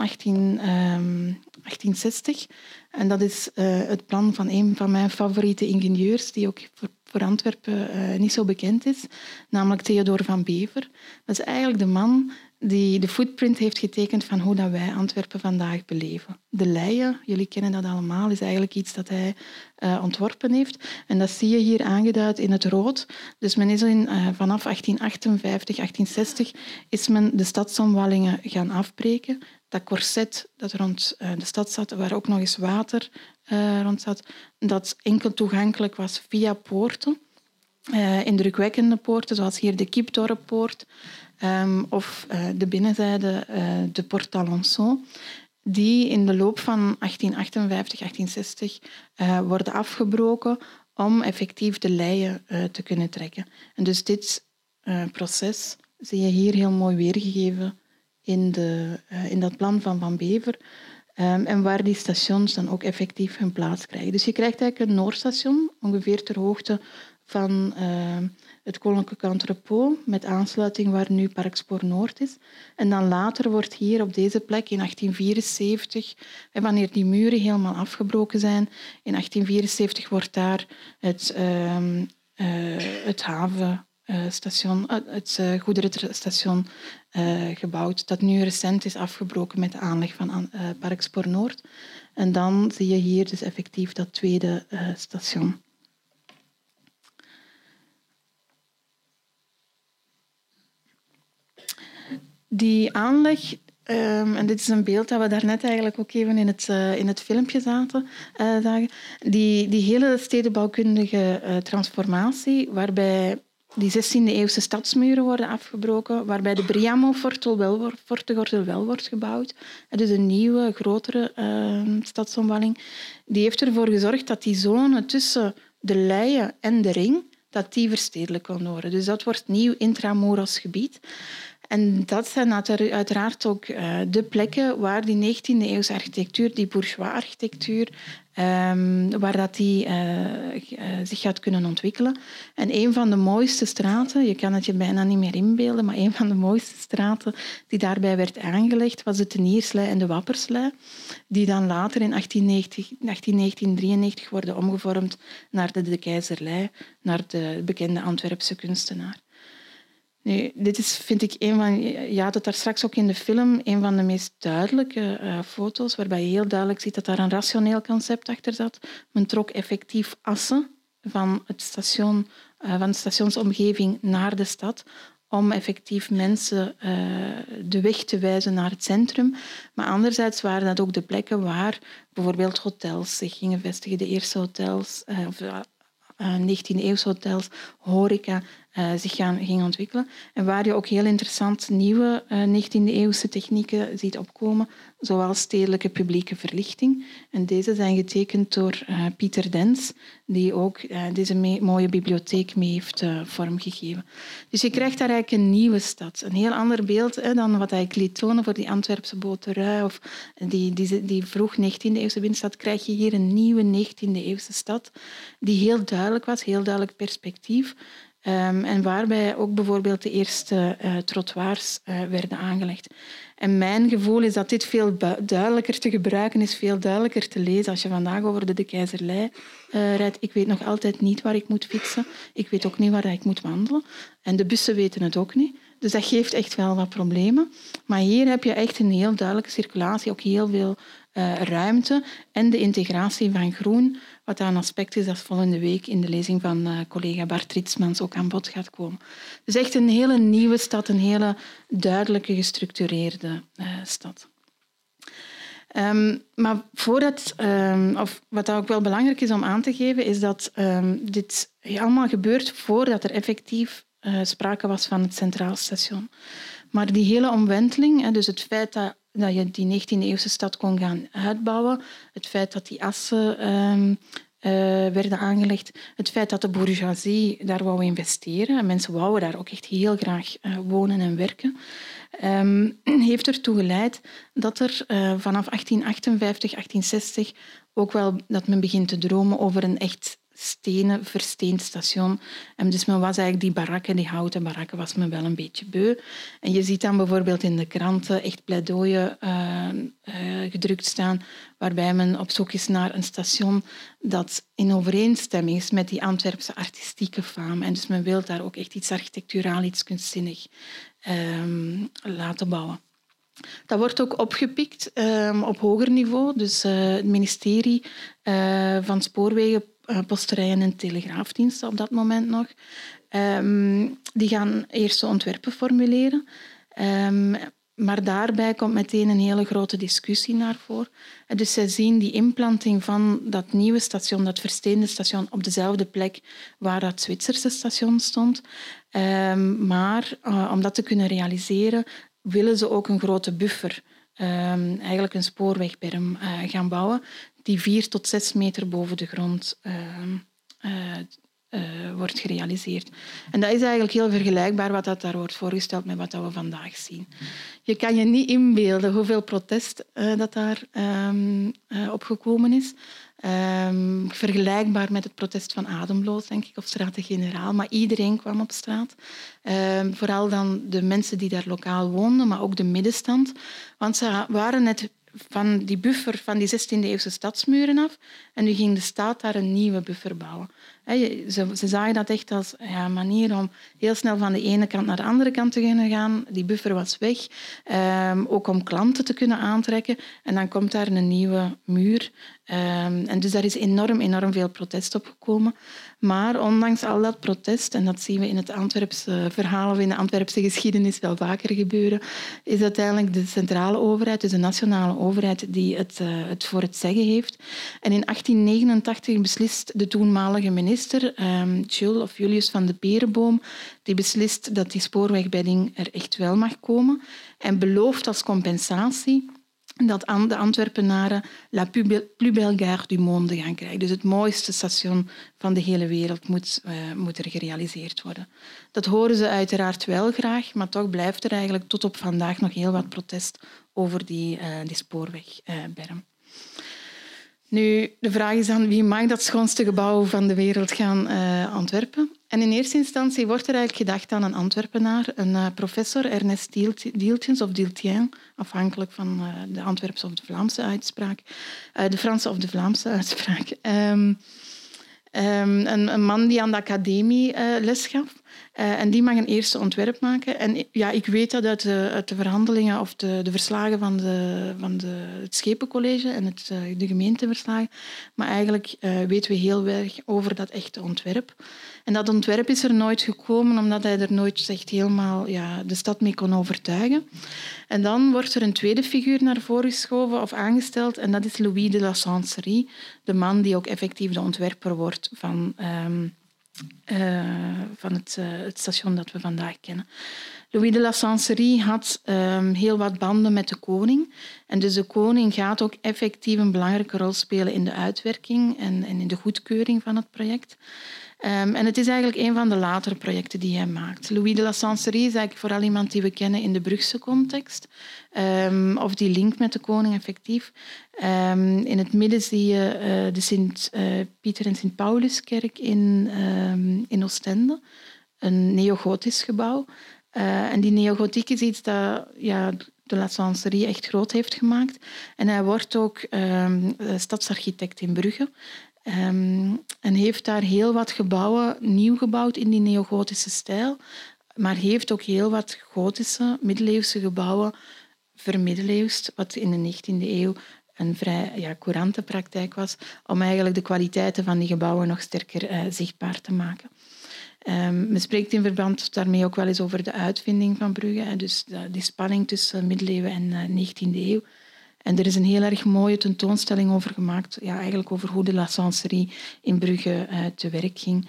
1860. En dat is het plan van een van mijn favoriete ingenieurs, die ook voor Antwerpen niet zo bekend is, namelijk Theodor van Bever. Dat is eigenlijk de man die de footprint heeft getekend van hoe dat wij Antwerpen vandaag beleven. De leien, jullie kennen dat allemaal, is eigenlijk iets dat hij ontworpen heeft. En dat zie je hier aangeduid in het rood. Dus men is vanaf 1858, 1860 is men de stadsomwallingen gaan afbreken. Dat corset dat rond de stad zat, waar ook nog eens water rond zat, dat enkel toegankelijk was via poorten. Indrukwekkende poorten, zoals hier de Kipdorppoort of de binnenzijde, de Porte d'Alençon, die in de loop van 1858, 1860 worden afgebroken om effectief de leien te kunnen trekken. En dus dit proces zie je hier heel mooi weergegeven in dat plan van Van Bever. En waar die stations dan ook effectief hun plaats krijgen. Dus je krijgt eigenlijk een Noordstation, ongeveer ter hoogte van het Koninklijk Entrepot, met aansluiting waar nu Parkspoor Noord is. En dan later wordt hier op deze plek in 1874, wanneer die muren helemaal afgebroken zijn, in 1874 wordt daar het havenstation, het goederenstation gebouwd, dat nu recent is afgebroken met de aanleg van Parkspoor Noord. En dan zie je hier dus effectief dat tweede station. Die aanleg, en dit is een beeld dat we daarnet eigenlijk ook even in het filmpje zagen, die hele stedenbouwkundige transformatie, waarbij die 16e-eeuwse stadsmuren worden afgebroken, waarbij de Briamo-Fortegordel wel wordt gebouwd. Dus een nieuwe, grotere stadsomwalling. Die heeft ervoor gezorgd dat die zone tussen de Leie en de Ring, dat die verstedelijk kon worden. Dus dat wordt nieuw intramuros gebied. En dat zijn uiteraard ook de plekken waar die 19e-eeuwse architectuur, die bourgeois-architectuur, waar dat die zich gaat kunnen ontwikkelen. En een van de mooiste straten, je kan het je bijna niet meer inbeelden, maar een van de mooiste straten die daarbij werd aangelegd, was de Tenierslei en de Wapperslei, die dan later in 1893 worden omgevormd naar de Keizerlei, naar de bekende Antwerpse kunstenaar. Nu, dit is, vind ik, dat daar straks ook in de film, een van de meest duidelijke foto's, waarbij je heel duidelijk ziet dat daar een rationeel concept achter zat. Men trok effectief assen van het station, van de stationsomgeving naar de stad, om effectief mensen de weg te wijzen naar het centrum. Maar anderzijds waren dat ook de plekken waar bijvoorbeeld hotels zich gingen vestigen, de eerste hotels, 19e-eeuwse hotels, horeca, zich gingen ontwikkelen. En waar je ook heel interessant nieuwe 19e-eeuwse technieken ziet opkomen, zoals stedelijke publieke verlichting. En deze zijn getekend door Pieter Dens, die ook deze mooie bibliotheek mee heeft vormgegeven. Dus je krijgt daar eigenlijk een nieuwe stad. Een heel ander beeld dan wat ik liet tonen voor die Antwerpse boterij of die vroeg 19e-eeuwse binnenstad, krijg je hier een nieuwe 19e-eeuwse stad die heel duidelijk was, heel duidelijk perspectief. En waarbij ook bijvoorbeeld de eerste trottoirs werden aangelegd. En mijn gevoel is dat dit veel duidelijker te gebruiken is, veel duidelijker te lezen. Als je vandaag over de Keizerlei rijdt, ik weet nog altijd niet waar ik moet fietsen. Ik weet ook niet waar ik moet wandelen. En de bussen weten het ook niet. Dus dat geeft echt wel wat problemen. Maar hier heb je echt een heel duidelijke circulatie, ook heel veel ruimte en de integratie van groen, wat een aspect is dat volgende week in de lezing van collega Bart Ritsmans ook aan bod gaat komen. Dus echt een hele nieuwe stad, een hele duidelijke, gestructureerde stad. Maar wat ook wel belangrijk is om aan te geven, is dat dit allemaal gebeurt voordat er effectief sprake was van het Centraal Station. Maar die hele omwenteling, dus het feit dat je die 19e-eeuwse stad kon gaan uitbouwen, het feit dat die assen werden aangelegd, het feit dat de bourgeoisie daar wou investeren, en mensen wouden daar ook echt heel graag wonen en werken, heeft ertoe geleid dat er vanaf 1858, 1860 ook wel dat men begint te dromen over een echt stenen versteend station. En dus men was eigenlijk die barakken, die houten barakken, was men wel een beetje beu. En je ziet dan bijvoorbeeld in de kranten echt pleidooien gedrukt staan, waarbij men op zoek is naar een station dat in overeenstemming is met die Antwerpse artistieke faam. En dus men wil daar ook echt iets architecturaal, iets kunstzinnig laten bouwen. Dat wordt ook opgepikt op hoger niveau. Dus het ministerie van Spoorwegen, Posterijen en Telegraafdiensten op dat moment nog, die gaan eerste ontwerpen formuleren. Maar daarbij komt meteen een hele grote discussie naar voren. Dus zij zien die implanting van dat nieuwe station, dat versteende station, op dezelfde plek waar dat Zwitserse station stond. Maar om dat te kunnen realiseren, willen ze ook een grote buffer, eigenlijk een spoorwegberm, gaan bouwen die 4 tot 6 meter boven de grond wordt gerealiseerd. En dat is eigenlijk heel vergelijkbaar wat dat daar wordt voorgesteld met wat dat we vandaag zien. Je kan je niet inbeelden hoeveel protest dat daar opgekomen is. Vergelijkbaar met het protest van Ademloos, denk ik, of Straten-Generaal. Maar iedereen kwam op straat. Vooral dan de mensen die daar lokaal woonden, maar ook de middenstand. Want ze waren net van die buffer van die 16e-eeuwse stadsmuren af en nu ging de staat daar een nieuwe buffer bouwen. Ze zagen dat echt als een manier om heel snel van de ene kant naar de andere kant te kunnen gaan. Die buffer was weg, ook om klanten te kunnen aantrekken. En dan komt daar een nieuwe muur. En dus daar is enorm veel protest op gekomen. Maar ondanks al dat protest, en dat zien we in het Antwerpse verhaal of in de Antwerpse geschiedenis wel vaker gebeuren, is uiteindelijk de centrale overheid, dus de nationale overheid, die het voor het zeggen heeft. En in 1889 beslist de toenmalige minister, Julius van de Perenboom, die beslist dat die spoorwegbedding er echt wel mag komen en belooft als compensatie dat de Antwerpenaren la plus belle gare du monde gaan krijgen. Dus het mooiste station van de hele wereld moet er gerealiseerd worden. Dat horen ze uiteraard wel graag, maar toch blijft er eigenlijk tot op vandaag nog heel wat protest over die spoorwegberm. Nu, de vraag is dan, wie mag dat schoonste gebouw van de wereld gaan ontwerpen? En in eerste instantie wordt er eigenlijk gedacht aan een Antwerpenaar, een professor, Ernest Dieltjens of Dieltien, afhankelijk van de Antwerpse of de Vlaamse uitspraak, de Franse of de Vlaamse uitspraak. Een man die aan de academie les gaf. En die mag een eerste ontwerp maken. En ja, ik weet dat uit de verhandelingen of de verslagen van het Schepencollege en de gemeenteverslagen. Maar eigenlijk weten we heel erg over dat echte ontwerp. En dat ontwerp is er nooit gekomen, omdat hij er nooit echt helemaal de stad mee kon overtuigen. En dan wordt er een tweede figuur naar voren geschoven of aangesteld. En dat is Louis de la Sancerie, de man die ook effectief de ontwerper wordt van het station dat we vandaag kennen. Louis de la Sancerie had heel wat banden met de koning. En dus de koning gaat ook effectief een belangrijke rol spelen in de uitwerking en in de goedkeuring van het project. En het is eigenlijk een van de latere projecten die hij maakt. Louis de la Sancerie is eigenlijk vooral iemand die we kennen in de Brugse context. Of die link met de koning effectief. In het midden zie je de Sint-Pieter en Sint-Pauluskerk in Oostende. Een neogotisch gebouw. En die neogotiek is iets dat de la Sancerie echt groot heeft gemaakt. En hij wordt ook stadsarchitect in Brugge. En heeft daar heel wat gebouwen nieuw gebouwd in die neogotische stijl. Maar heeft ook heel wat gotische, middeleeuwse gebouwen vermiddeleeuwst, wat in de 19e eeuw een vrij courante praktijk was, om eigenlijk de kwaliteiten van die gebouwen nog sterker zichtbaar te maken. Men spreekt in verband daarmee ook wel eens over de uitvinding van Brugge, dus die spanning tussen middeleeuwen en 19e eeuw. En er is een heel erg mooie tentoonstelling over gemaakt, eigenlijk over hoe de la Sancerie in Brugge te werk ging.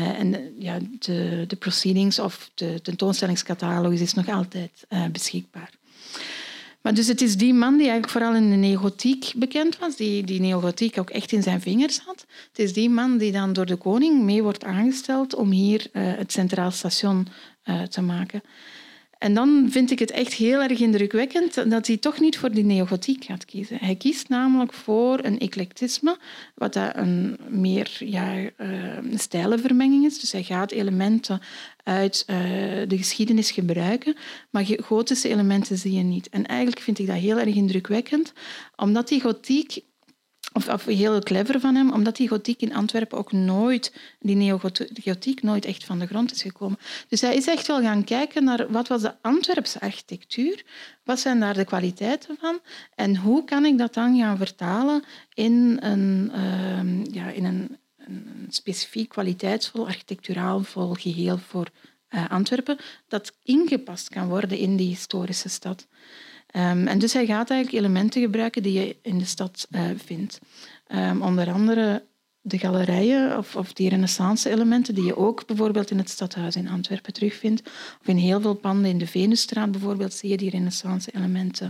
De proceedings of de tentoonstellingscatalogus is nog altijd beschikbaar. Maar dus het is die man die eigenlijk vooral in de neogotiek bekend was, die neogotiek ook echt in zijn vingers had. Het is die man die dan door de koning mee wordt aangesteld om hier het Centraal Station te maken. En dan vind ik het echt heel erg indrukwekkend dat hij toch niet voor die neogotiek gaat kiezen. Hij kiest namelijk voor een eclectisme, wat dat een meer stijlenvermenging is. Dus hij gaat elementen uit de geschiedenis gebruiken, maar gotische elementen zie je niet. En eigenlijk vind ik dat heel erg indrukwekkend, omdat die gotiek, of heel clever van hem, omdat die gotiek in Antwerpen ook nooit, die neogotiek nooit echt van de grond is gekomen. Dus hij is echt wel gaan kijken naar wat was de Antwerpse architectuur, wat zijn daar de kwaliteiten van en hoe kan ik dat dan gaan vertalen in een specifiek kwaliteitsvol, architecturaal vol geheel voor Antwerpen, dat ingepast kan worden in die historische stad. En dus hij gaat eigenlijk elementen gebruiken die je in de stad vindt. Onder andere de galerijen of die renaissance-elementen die je ook bijvoorbeeld in het stadhuis in Antwerpen terugvindt. Of in heel veel panden in de Venusstraat bijvoorbeeld zie je die renaissance-elementen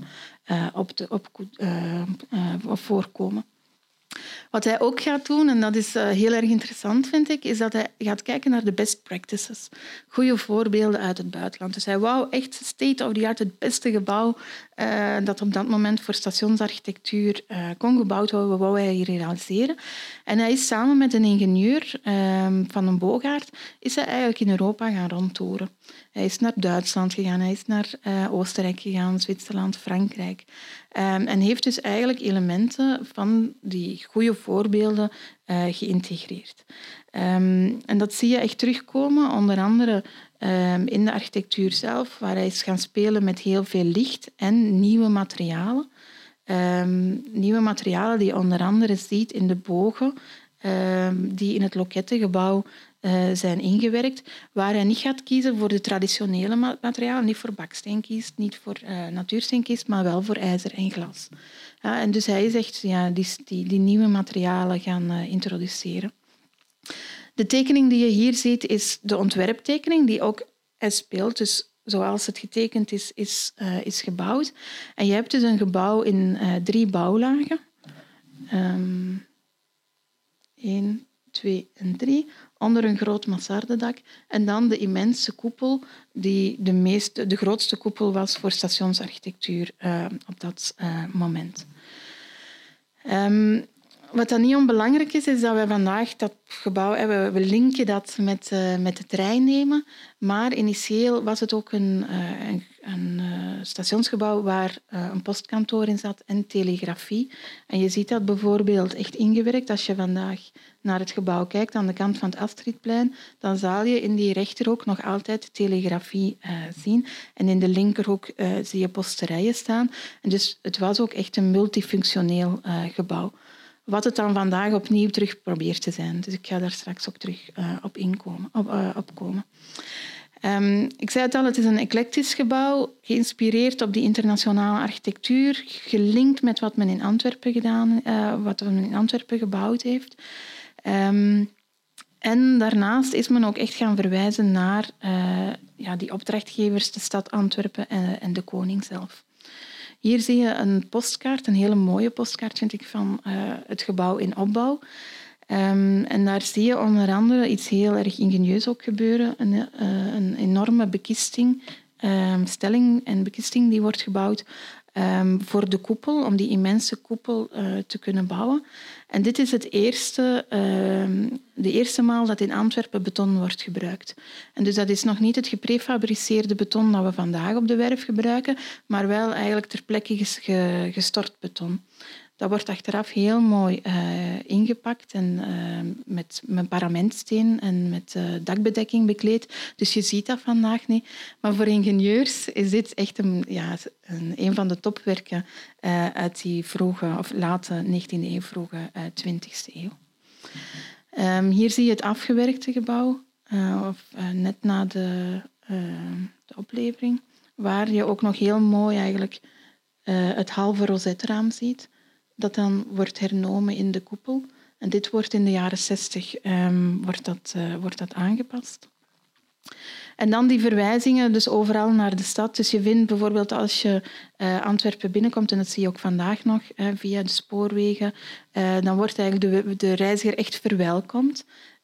voorkomen. Wat hij ook gaat doen, en dat is heel erg interessant, vind ik, is dat hij gaat kijken naar de best practices. Goede voorbeelden uit het buitenland. Dus hij wou echt state-of-the-art het beste gebouw dat op dat moment voor stationsarchitectuur kon gebouwd worden, wou hij hier realiseren. En hij is samen met een ingenieur van een Bogaert is hij eigenlijk in Europa gaan rondtoeren. Hij is naar Duitsland gegaan, hij is naar Oostenrijk gegaan, Zwitserland, Frankrijk. En heeft dus eigenlijk elementen van die goede voorbeelden geïntegreerd. En dat zie je echt terugkomen, onder andere in de architectuur zelf, waar hij is gaan spelen met heel veel licht en nieuwe materialen. Nieuwe materialen die je onder andere ziet in de bogen die in het Lokettengebouw zijn ingewerkt, waar hij niet gaat kiezen voor de traditionele materialen, niet voor baksteen kiest, niet voor natuursteen kiest, maar wel voor ijzer en glas. Ja, en dus hij is echt die nieuwe materialen gaan introduceren. De tekening die je hier ziet is de ontwerptekening die ook hij speelt, dus zoals het getekend is gebouwd. En je hebt dus een gebouw in 3 bouwlagen. 1, 2 en 3, onder een groot mansardedak. En dan de immense koepel, die de grootste koepel was voor stationsarchitectuur op dat moment. Wat dan niet onbelangrijk is dat we vandaag dat gebouw hebben. We linken dat met de trein nemen. Maar initieel was het ook een stationsgebouw waar een postkantoor in zat en telegrafie. En je ziet dat bijvoorbeeld echt ingewerkt. Als je vandaag naar het gebouw kijkt aan de kant van het Astridplein, dan zal je in die rechterhoek nog altijd telegrafie zien. En in de linkerhoek zie je posterijen staan. En dus het was ook echt een multifunctioneel gebouw. Wat het dan vandaag opnieuw terug probeert te zijn. Dus ik ga daar straks ook terug op komen. Ik zei het al, het is een eclectisch gebouw, geïnspireerd op die internationale architectuur, gelinkt met wat men in Antwerpen gebouwd heeft. En daarnaast is men ook echt gaan verwijzen naar die opdrachtgevers, de stad Antwerpen en de koning zelf. Hier zie je een postkaart, een hele mooie postkaart vind ik, van het gebouw in opbouw. En daar zie je onder andere iets heel erg ingenieus ook gebeuren. Een enorme bekisting, stelling en bekisting die wordt gebouwd voor de koepel, om die immense koepel te kunnen bouwen. En dit is de eerste maal dat in Antwerpen beton wordt gebruikt. En dus dat is nog niet het geprefabriceerde beton dat we vandaag op de werf gebruiken, maar wel eigenlijk ter plekke gestort beton. Dat wordt achteraf heel mooi ingepakt en met paramentsteen en met dakbedekking bekleed. Dus je ziet dat vandaag niet. Maar voor ingenieurs is dit echt een van de topwerken uit die vroege of late 19e eeuw, vroege 20e eeuw. Hier zie je het afgewerkte gebouw, net na de oplevering, waar je ook nog heel mooi eigenlijk het halve rozetraam ziet, dat dan wordt hernomen in de koepel. En dit wordt in de jaren 60 wordt dat aangepast. En dan die verwijzingen dus overal naar de stad. Dus je vindt bijvoorbeeld als je Antwerpen binnenkomt, en dat zie je ook vandaag nog via de spoorwegen, dan wordt eigenlijk de reiziger echt verwelkomd.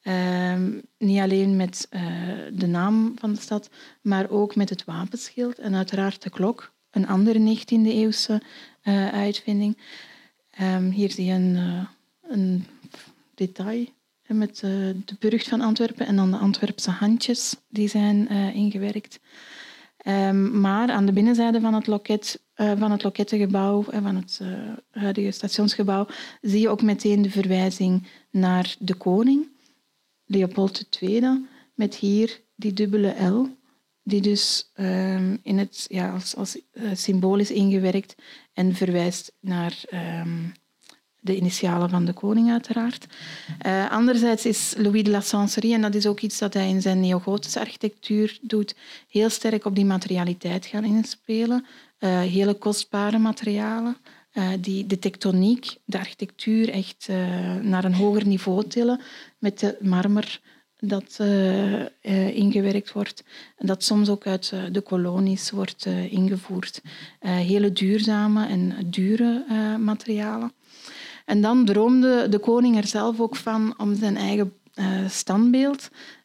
Niet alleen met de naam van de stad, maar ook met het wapenschild en uiteraard de klok, een andere 19e-eeuwse uitvinding. Hier zie je een detail met de burcht van Antwerpen en dan de Antwerpse handjes die zijn ingewerkt. Maar aan de binnenzijde van het lokettengebouw, van het huidige stationsgebouw, zie je ook meteen de verwijzing naar de koning, Leopold II, met hier die dubbele L, die dus als symbool is ingewerkt en verwijst naar de initialen van de koning uiteraard. Anderzijds is Louis de la Sancerie, en dat is ook iets dat hij in zijn neogotische architectuur doet, heel sterk op die materialiteit gaan inspelen. Hele kostbare materialen die de tektoniek, de architectuur echt naar een hoger niveau tillen met de marmer dat ingewerkt wordt, dat soms ook uit de kolonies wordt ingevoerd. Hele duurzame en dure materialen. En dan droomde de koning er zelf ook van om zijn eigen standbeeld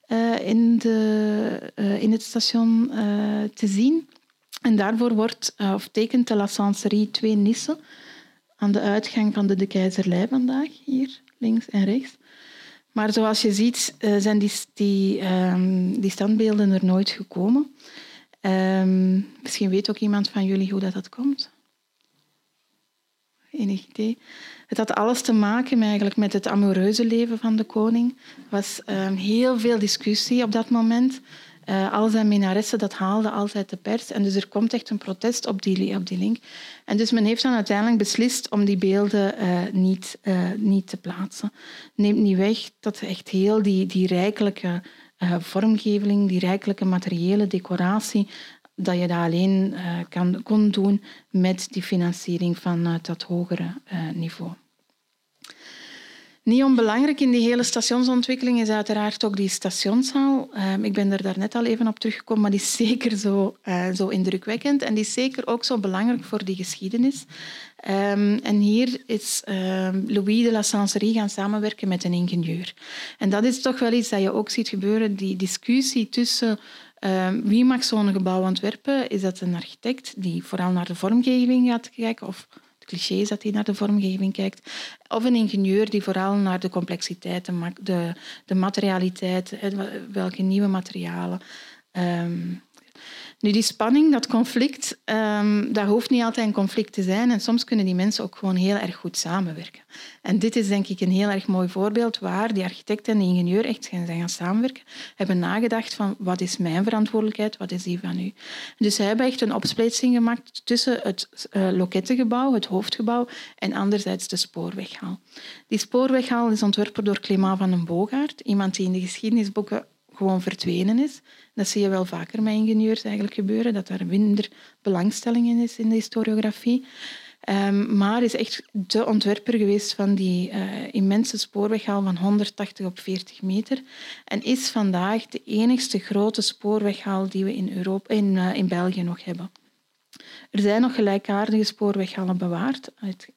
in het station te zien. En daarvoor tekent de La Sancerie 2 nissen aan de uitgang van de Keizerlei vandaag, hier links en rechts. Maar zoals je ziet zijn die standbeelden er nooit gekomen. Misschien weet ook iemand van jullie hoe dat komt. Enig idee. Het had alles te maken eigenlijk met het amoureuze leven van de koning. Er was heel veel discussie op dat moment. Al zijn minnaressen, dat haalde altijd de pers. En dus er komt echt een protest op die link. En dus men heeft dan uiteindelijk beslist om die beelden niet te plaatsen. Neemt niet weg dat echt heel die rijkelijke vormgeving, die rijkelijke materiële decoratie, dat je dat alleen kon doen met die financiering vanuit dat hogere niveau. Niet onbelangrijk in die hele stationsontwikkeling is uiteraard ook die stationszaal. Ik ben er daarnet al even op teruggekomen, maar die is zeker zo indrukwekkend en die is zeker ook zo belangrijk voor die geschiedenis. En hier is Louis de la Sancerie gaan samenwerken met een ingenieur. En dat is toch wel iets dat je ook ziet gebeuren, die discussie tussen wie mag zo'n gebouw ontwerpen? Is dat een architect die vooral naar de vormgeving gaat kijken, of het cliché is dat hij naar de vormgeving kijkt, of een ingenieur die vooral naar de complexiteit, de materialiteit, welke nieuwe materialen. Nu, die spanning, dat conflict, dat hoeft niet altijd een conflict te zijn. En soms kunnen die mensen ook gewoon heel erg goed samenwerken. En dit is denk ik een heel erg mooi voorbeeld waar die architect en de ingenieur echt zijn gaan samenwerken. Hebben nagedacht van wat is mijn verantwoordelijkheid, wat is die van u. Dus zij hebben echt een opsplitsing gemaakt tussen het lokettengebouw, het hoofdgebouw, en anderzijds de spoorweghal. Die spoorweghal is ontworpen door Clément van den Boogaard, iemand die in de geschiedenisboeken gewoon verdwenen is. Dat zie je wel vaker met ingenieurs eigenlijk gebeuren, dat er minder belangstelling in is in de historiografie. Maar is echt de ontwerper geweest van die immense spoorweghal van 180 op 40 meter en is vandaag de enigste grote spoorweghal die we in België nog hebben. Er zijn nog gelijkaardige spoorweghallen bewaard.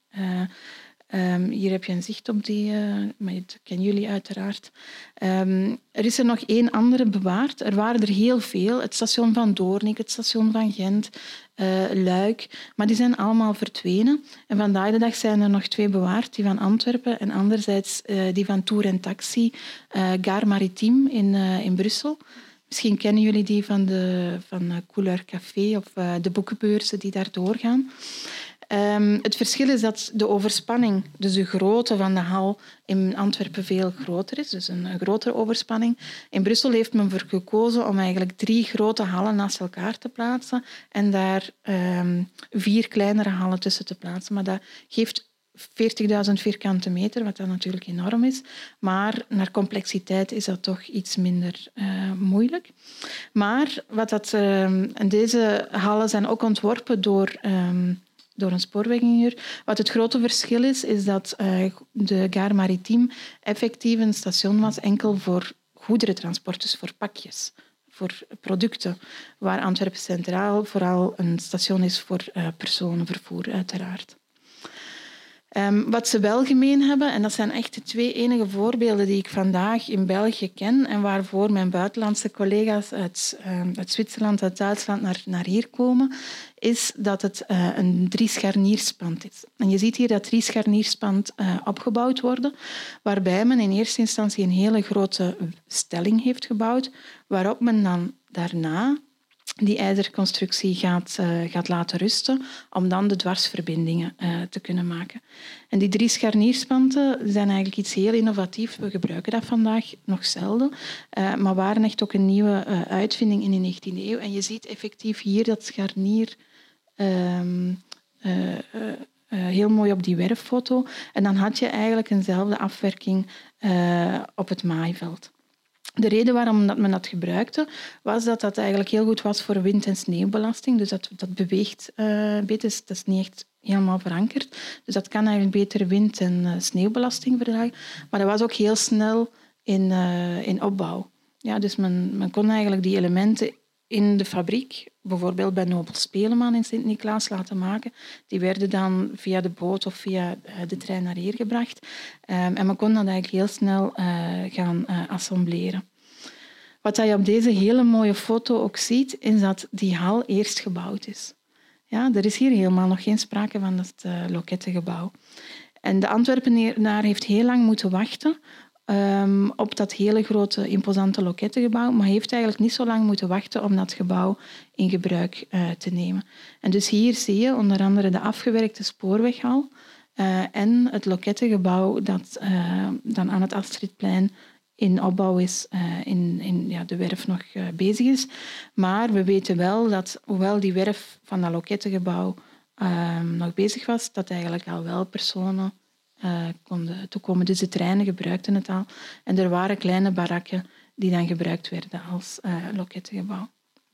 Hier heb je een zicht op die, maar dat kennen jullie uiteraard. Er is er nog 1 andere bewaard. Er waren er heel veel. Het station van Doornik, het station van Gent, Luik. Maar die zijn allemaal verdwenen. En vandaag de dag zijn er nog 2 bewaard. Die van Antwerpen en anderzijds die van Tour en Taxi, Gare Maritime in Brussel. Misschien kennen jullie die van Couleur Café of de boekenbeurzen die daar doorgaan. Het verschil is dat de overspanning, dus de grootte van de hal, in Antwerpen veel groter is, dus een grotere overspanning. In Brussel heeft men voor gekozen om eigenlijk 3 grote hallen naast elkaar te plaatsen en daar 4 kleinere hallen tussen te plaatsen. Maar dat geeft 40.000 vierkante meter, wat dan natuurlijk enorm is. Maar naar complexiteit is dat toch iets minder moeilijk. Maar deze hallen zijn ook ontworpen door een spoorwegingenieur. Wat het grote verschil is dat de Gare Maritime effectief een station was enkel voor goederentransport, dus voor pakjes, voor producten, waar Antwerpen Centraal vooral een station is voor personenvervoer, uiteraard. Wat ze wel gemeen hebben, en dat zijn echt de 2 enige voorbeelden die ik vandaag in België ken en waarvoor mijn buitenlandse collega's uit Zwitserland, uit Duitsland naar hier komen, is dat het een 3-scharnierspand is. En je ziet hier dat 3-scharnierspand opgebouwd worden, waarbij men in eerste instantie een hele grote stelling heeft gebouwd, waarop men dan daarna die ijzerconstructie gaat laten rusten om dan de dwarsverbindingen te kunnen maken. En die 3 scharnierspanden zijn eigenlijk iets heel innovatiefs. We gebruiken dat vandaag nog zelden, maar waren echt ook een nieuwe uitvinding in de 19e eeuw. En je ziet effectief hier dat scharnier heel mooi op die werffoto. En dan had je eigenlijk eenzelfde afwerking op het maaiveld. De reden waarom men dat gebruikte, was dat dat eigenlijk heel goed was voor wind- en sneeuwbelasting. Dus dat beweegt beter, dat is niet echt helemaal verankerd. Dus dat kan eigenlijk beter wind- en sneeuwbelasting verdragen. Maar dat was ook heel snel in opbouw. Ja, dus men kon eigenlijk die elementen in de fabriek, bijvoorbeeld bij Nobel Speleman in Sint-Niklaas, laten maken. Die werden dan via de boot of via de trein naar hier gebracht. En men kon dat eigenlijk heel snel gaan assembleren. Wat je op deze hele mooie foto ook ziet, is dat die hal eerst gebouwd is. Ja, er is hier helemaal nog geen sprake van het Lokettengebouw. En de Antwerpenaar heeft heel lang moeten wachten op dat hele grote, imposante Lokettengebouw, maar heeft eigenlijk niet zo lang moeten wachten om dat gebouw in gebruik te nemen. En dus hier zie je onder andere de afgewerkte spoorweghal en het Lokettengebouw dat dan aan het Astridplein in opbouw is, in de werf nog bezig is. Maar we weten wel dat, hoewel die werf van dat Lokettengebouw nog bezig was, dat eigenlijk al wel personen konden toekomen. Dus de treinen gebruikten het al. En er waren kleine barakken die dan gebruikt werden als Lokettengebouw.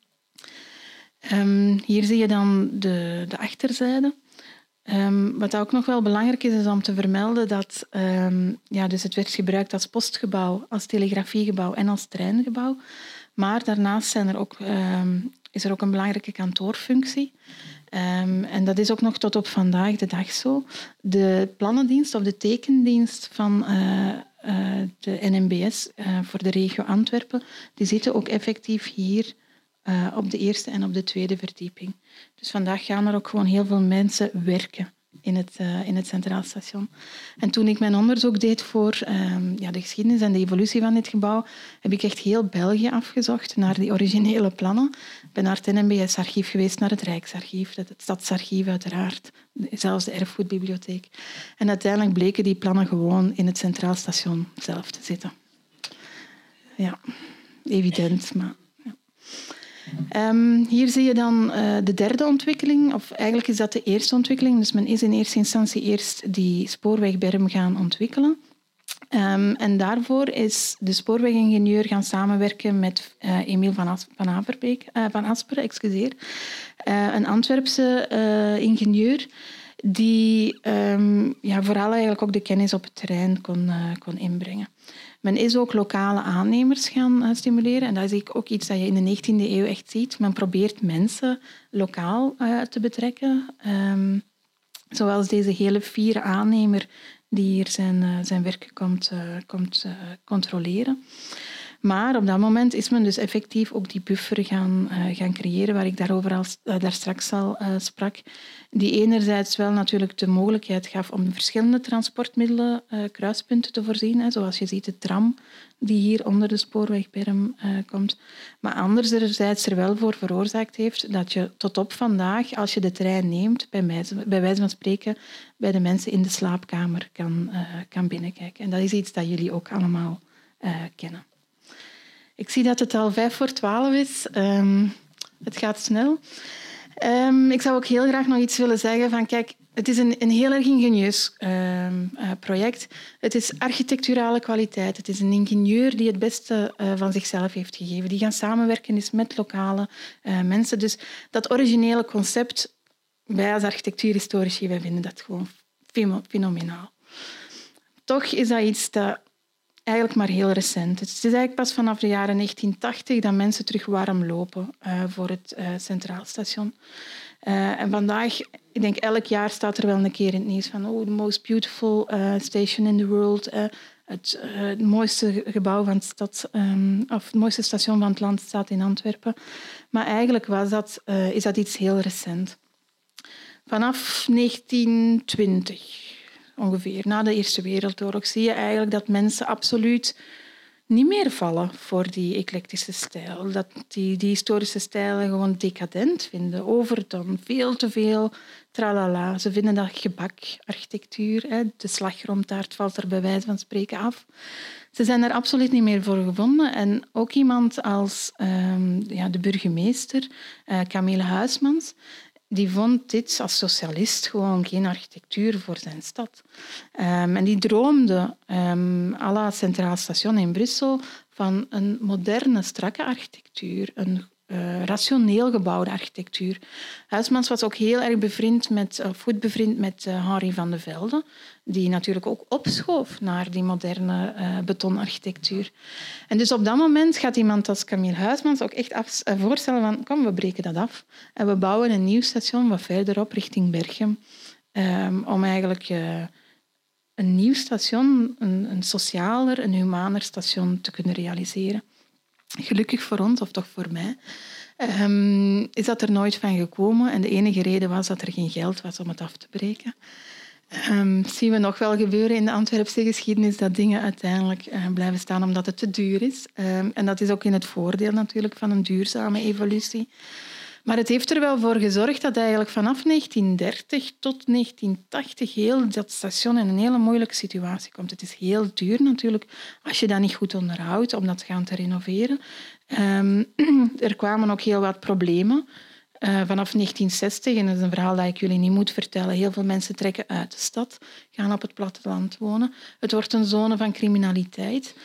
Hier zie je dan de achterzijde. Wat ook nog wel belangrijk is om te vermelden dat dus het werd gebruikt als postgebouw, als telegrafiegebouw en als treingebouw. Maar daarnaast is er ook een belangrijke kantoorfunctie. En dat is ook nog tot op vandaag de dag zo. De plannendienst of de tekendienst van de NMBS voor de regio Antwerpen, die zitten ook effectief hier op de eerste en op de tweede verdieping. Dus vandaag gaan er ook gewoon heel veel mensen werken in het Centraal Station. En toen ik mijn onderzoek deed voor de geschiedenis en de evolutie van dit gebouw, heb ik echt heel België afgezocht naar die originele plannen. Ik ben naar het NMBS-archief geweest, naar het Rijksarchief, het Stadsarchief uiteraard, zelfs de Erfgoedbibliotheek. En uiteindelijk bleken die plannen gewoon in het Centraal Station zelf te zitten. Ja, evident, maar... Hier zie je dan de derde ontwikkeling, of eigenlijk is dat de eerste ontwikkeling. Dus men is in eerste instantie eerst die spoorwegberm gaan ontwikkelen. En daarvoor is de spoorwegingenieur gaan samenwerken met Emiel van Asperen, een Antwerpse ingenieur die vooral eigenlijk ook de kennis op het terrein kon inbrengen. Men is ook lokale aannemers gaan stimuleren. En dat is ook iets dat je in de 19e eeuw echt ziet. Men probeert mensen lokaal te betrekken. Zoals deze hele fiere aannemer die hier zijn werk komt controleren. Maar op dat moment is men dus effectief ook die buffer gaan creëren, waar ik daarover daar straks al sprak. Die enerzijds wel natuurlijk de mogelijkheid gaf om verschillende transportmiddelen, kruispunten te voorzien. Hè, zoals je ziet de tram die hier onder de spoorwegberm komt. Maar anderzijds er wel voor veroorzaakt heeft dat je tot op vandaag, als je de trein neemt, bij wijze van spreken, bij de mensen in de slaapkamer kan binnenkijken. En dat is iets dat jullie ook allemaal kennen. Ik zie dat het al 11:55 is. Het gaat snel. Ik zou ook heel graag nog iets willen zeggen van, kijk, het is een heel erg ingenieus project. Het is architecturale kwaliteit. Het is een ingenieur die het beste van zichzelf heeft gegeven. Die gaan samenwerken is met lokale mensen. Dus dat originele concept, wij als architectuurhistorici, wij vinden dat gewoon fenomenaal. Toch is dat iets dat eigenlijk maar heel recent. Het is eigenlijk pas vanaf de jaren 1980 dat mensen terug warm lopen voor het Centraal Station. En vandaag, ik denk elk jaar staat er wel een keer in het nieuws van the most beautiful station in the world. Het mooiste gebouw van de stad, of het mooiste station van het land staat in Antwerpen. Maar eigenlijk is dat iets heel recent. Vanaf 1920 ongeveer, na de Eerste Wereldoorlog, zie je eigenlijk dat mensen absoluut niet meer vallen voor die eclectische stijl. Dat die historische stijlen gewoon decadent vinden. Overdone, veel te veel tralala. Ze vinden dat gebakarchitectuur, de slagroomtaart valt er bij wijze van spreken af. Ze zijn er absoluut niet meer voor gevonden. En ook iemand als de burgemeester, Camille Huysmans, die vond dit als socialist gewoon geen architectuur voor zijn stad. En die droomde, à la Centraal Station in Brussel, van een moderne, strakke architectuur, een rationeel gebouwde architectuur. Huysmans was ook heel erg goed bevriend met Henri van de Velde, die natuurlijk ook opschoof naar die moderne betonarchitectuur. En dus op dat moment gaat iemand als Camille Huysmans ook echt voorstellen van kom, we breken dat af en we bouwen een nieuw station wat verderop richting Berchem, om eigenlijk een nieuw station, een socialer, een humaner station te kunnen realiseren. Gelukkig voor ons, of toch voor mij, is dat er nooit van gekomen. En de enige reden was dat er geen geld was om het af te breken. Zien we nog wel gebeuren in de Antwerpse geschiedenis dat dingen uiteindelijk blijven staan omdat het te duur is. En dat is ook in het voordeel natuurlijk van een duurzame evolutie. Maar het heeft er wel voor gezorgd dat eigenlijk vanaf 1930 tot 1980 heel dat station in een hele moeilijke situatie komt. Het is heel duur natuurlijk als je dat niet goed onderhoudt om dat gaan te renoveren. Er kwamen ook heel wat problemen. Vanaf 1960, en dat is een verhaal dat ik jullie niet moet vertellen, heel veel mensen trekken uit de stad, gaan op het platteland wonen. Het wordt een zone van criminaliteit.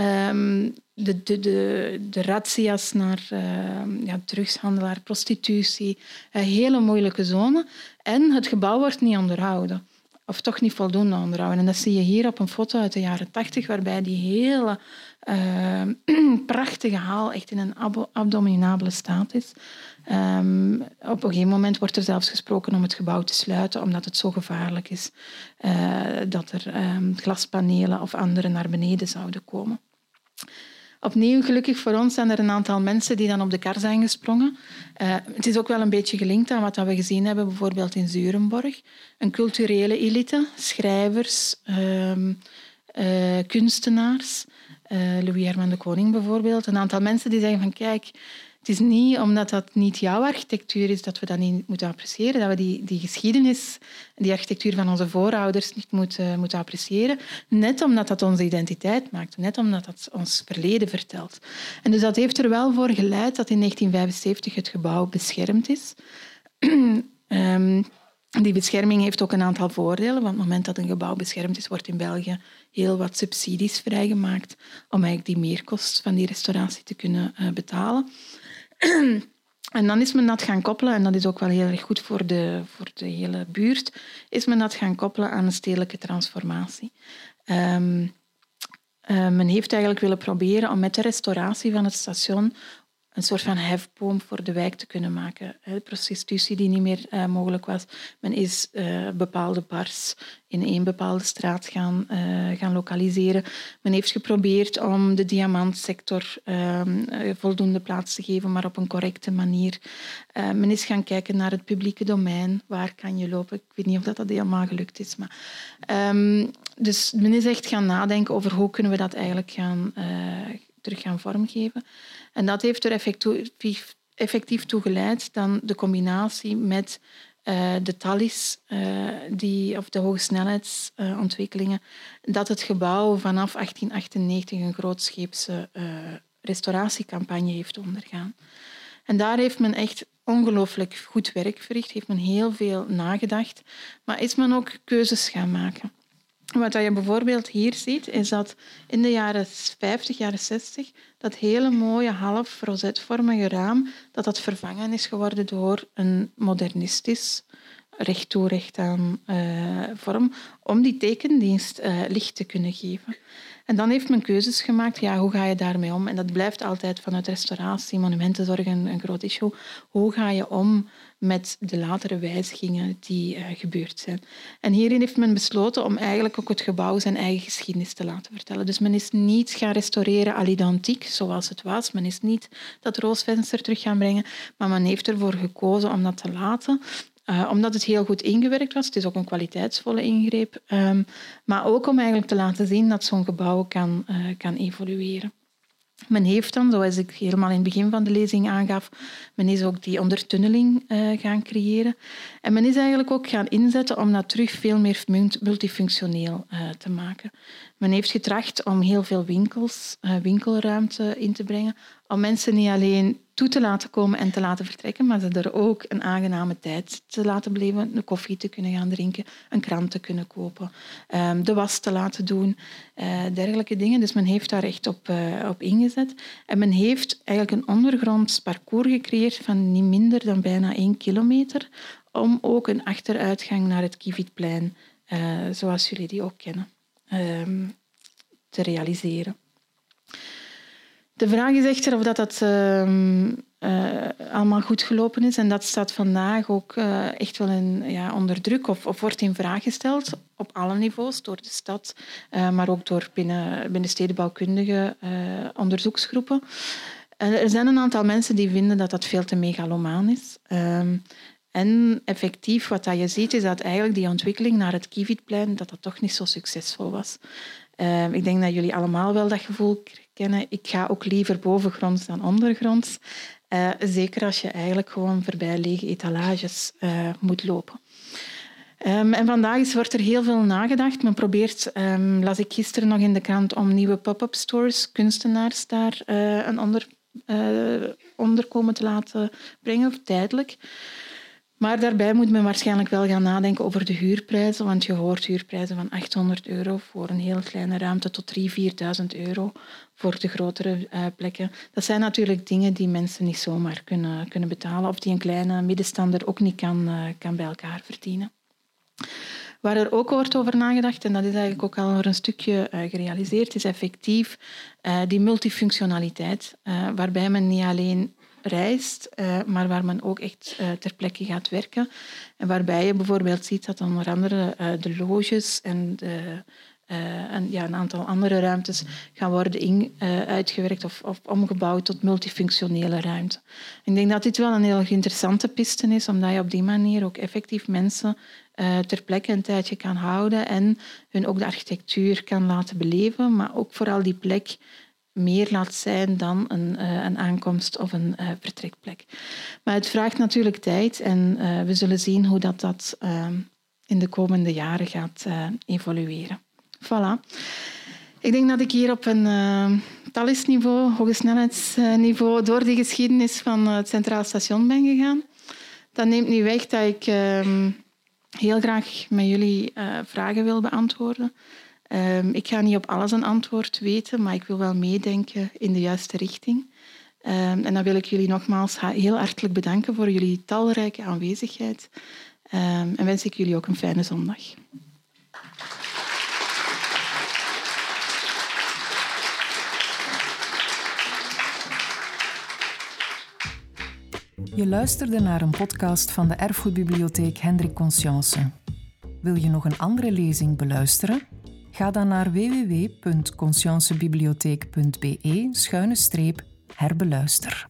De razzia's naar drugshandelaar, prostitutie, een hele moeilijke zone. En het gebouw wordt niet onderhouden. Of toch niet voldoende onderhouden. En dat zie je hier op een foto uit de jaren 80, waarbij die hele prachtige haal echt in een abominabele staat is. Op een gegeven moment wordt er zelfs gesproken om het gebouw te sluiten, omdat het zo gevaarlijk is dat er glaspanelen of andere naar beneden zouden komen. Opnieuw, gelukkig voor ons, zijn er een aantal mensen die dan op de kar zijn gesprongen. Het is ook wel een beetje gelinkt aan wat we gezien hebben, bijvoorbeeld in Zurenborg. Een culturele elite, schrijvers, kunstenaars, Louis Herman de Koning bijvoorbeeld. Een aantal mensen die zeggen van kijk, het is niet omdat dat niet jouw architectuur is dat we dat niet moeten appreciëren, dat we die geschiedenis, die architectuur van onze voorouders niet moeten appreciëren, net omdat dat onze identiteit maakt, net omdat dat ons verleden vertelt. En dus dat heeft er wel voor geleid dat in 1975 het gebouw beschermd is. Die bescherming heeft ook een aantal voordelen. Want op het moment dat een gebouw beschermd is, wordt in België heel wat subsidies vrijgemaakt om eigenlijk die meerkost van die restauratie te kunnen betalen. En dan is men dat gaan koppelen, en dat is ook wel heel erg goed voor de hele buurt, is men dat gaan koppelen aan een stedelijke transformatie. Men heeft eigenlijk willen proberen om met de restauratie van het station een soort van hefboom voor de wijk te kunnen maken. De prostitutie die niet meer mogelijk was. Men is bepaalde bars in één bepaalde straat gaan lokaliseren. Men heeft geprobeerd om de diamantsector voldoende plaats te geven, maar op een correcte manier. Men is gaan kijken naar het publieke domein. Waar kan je lopen? Ik weet niet of dat helemaal gelukt is. Maar, dus men is echt gaan nadenken over hoe kunnen we dat eigenlijk terug gaan vormgeven. En dat heeft er effectief toe geleid dan de combinatie met de Thalys, of de hogesnelheidsontwikkelingen, dat het gebouw vanaf 1898 een grootscheepse restauratiecampagne heeft ondergaan. En daar heeft men echt ongelooflijk goed werk verricht, heeft men heel veel nagedacht, maar is men ook keuzes gaan maken. Wat je bijvoorbeeld hier ziet, is dat in de jaren 50, jaren 60, dat hele mooie half rozetvormige raam, dat vervangen is geworden door een modernistisch, recht toe recht aan vorm om die tekendienst licht te kunnen geven. En dan heeft men keuzes gemaakt. Ja, hoe ga je daarmee om? En dat blijft altijd vanuit restauratie, monumentenzorg een groot issue. Hoe ga je om met de latere wijzigingen die gebeurd zijn? En hierin heeft men besloten om eigenlijk ook het gebouw zijn eigen geschiedenis te laten vertellen. Dus men is niet gaan restaureren à l'identique, zoals het was. Men is niet dat roosvenster terug gaan brengen, maar men heeft ervoor gekozen om dat te laten. Omdat het heel goed ingewerkt was. Het is ook een kwaliteitsvolle ingreep. Maar ook om eigenlijk te laten zien dat zo'n gebouw kan evolueren. Men heeft dan, zoals ik helemaal in het begin van de lezing aangaf, men is ook die ondertunneling gaan creëren. En men is eigenlijk ook gaan inzetten om dat terug veel meer multifunctioneel te maken. Men heeft getracht om heel veel winkelruimte in te brengen, om mensen niet alleen toe te laten komen en te laten vertrekken, maar ze er ook een aangename tijd te laten beleven, een koffie te kunnen gaan drinken, een krant te kunnen kopen, de was te laten doen, dergelijke dingen. Dus men heeft daar echt op ingezet. En men heeft eigenlijk een ondergronds parcours gecreëerd van niet minder dan bijna 1 kilometer, om ook een achteruitgang naar het Kievietplein, zoals jullie die ook kennen, te realiseren. De vraag is echter of dat allemaal goed gelopen is. En dat staat vandaag ook echt wel onder druk of wordt in vraag gesteld op alle niveaus, door de stad, maar ook door binnen stedenbouwkundige onderzoeksgroepen. Er zijn een aantal mensen die vinden dat dat veel te megalomaan is. En effectief, wat je ziet, is dat eigenlijk die ontwikkeling naar het Kievietplein dat toch niet zo succesvol was. Ik denk dat jullie allemaal wel dat gevoel kennen. Ik ga ook liever bovengronds dan ondergronds. Zeker als je eigenlijk gewoon voorbij lege etalages moet lopen. En vandaag wordt er heel veel nagedacht. Men probeert, las ik gisteren nog in de krant, om nieuwe pop-up stores, kunstenaars daar een onderkomen te laten brengen, tijdelijk. Maar daarbij moet men waarschijnlijk wel gaan nadenken over de huurprijzen, want je hoort huurprijzen van €800 voor een heel kleine ruimte tot 3.000, 4.000 euro voor de grotere plekken. Dat zijn natuurlijk dingen die mensen niet zomaar kunnen betalen of die een kleine middenstander ook niet kan bij elkaar verdienen. Waar er ook wordt over nagedacht, en dat is eigenlijk ook al voor een stukje gerealiseerd, is effectief die multifunctionaliteit, waarbij men niet alleen reist, maar waar men ook echt ter plekke gaat werken. En waarbij je bijvoorbeeld ziet dat onder andere de loges en een aantal andere ruimtes gaan worden uitgewerkt of omgebouwd tot multifunctionele ruimte. Ik denk dat dit wel een heel interessante piste is, omdat je op die manier ook effectief mensen ter plekke een tijdje kan houden en hun ook de architectuur kan laten beleven, maar ook vooral die plek meer laat zijn dan een aankomst of een vertrekplek. Maar het vraagt natuurlijk tijd en we zullen zien hoe dat in de komende jaren gaat evolueren. Voilà. Ik denk dat ik hier op een Thalys-niveau, hogesnelheidsniveau, door die geschiedenis van het Centraal Station ben gegaan. Dat neemt niet weg dat ik heel graag met jullie vragen wil beantwoorden. Ik ga niet op alles een antwoord weten, maar ik wil wel meedenken in de juiste richting. En dan wil ik jullie nogmaals heel hartelijk bedanken voor jullie talrijke aanwezigheid. En wens ik jullie ook een fijne zondag. Je luisterde naar een podcast van de Erfgoedbibliotheek Hendrik Conscience. Wil je nog een andere lezing beluisteren? Ga dan naar www.consciencebibliotheek.be/herbeluister.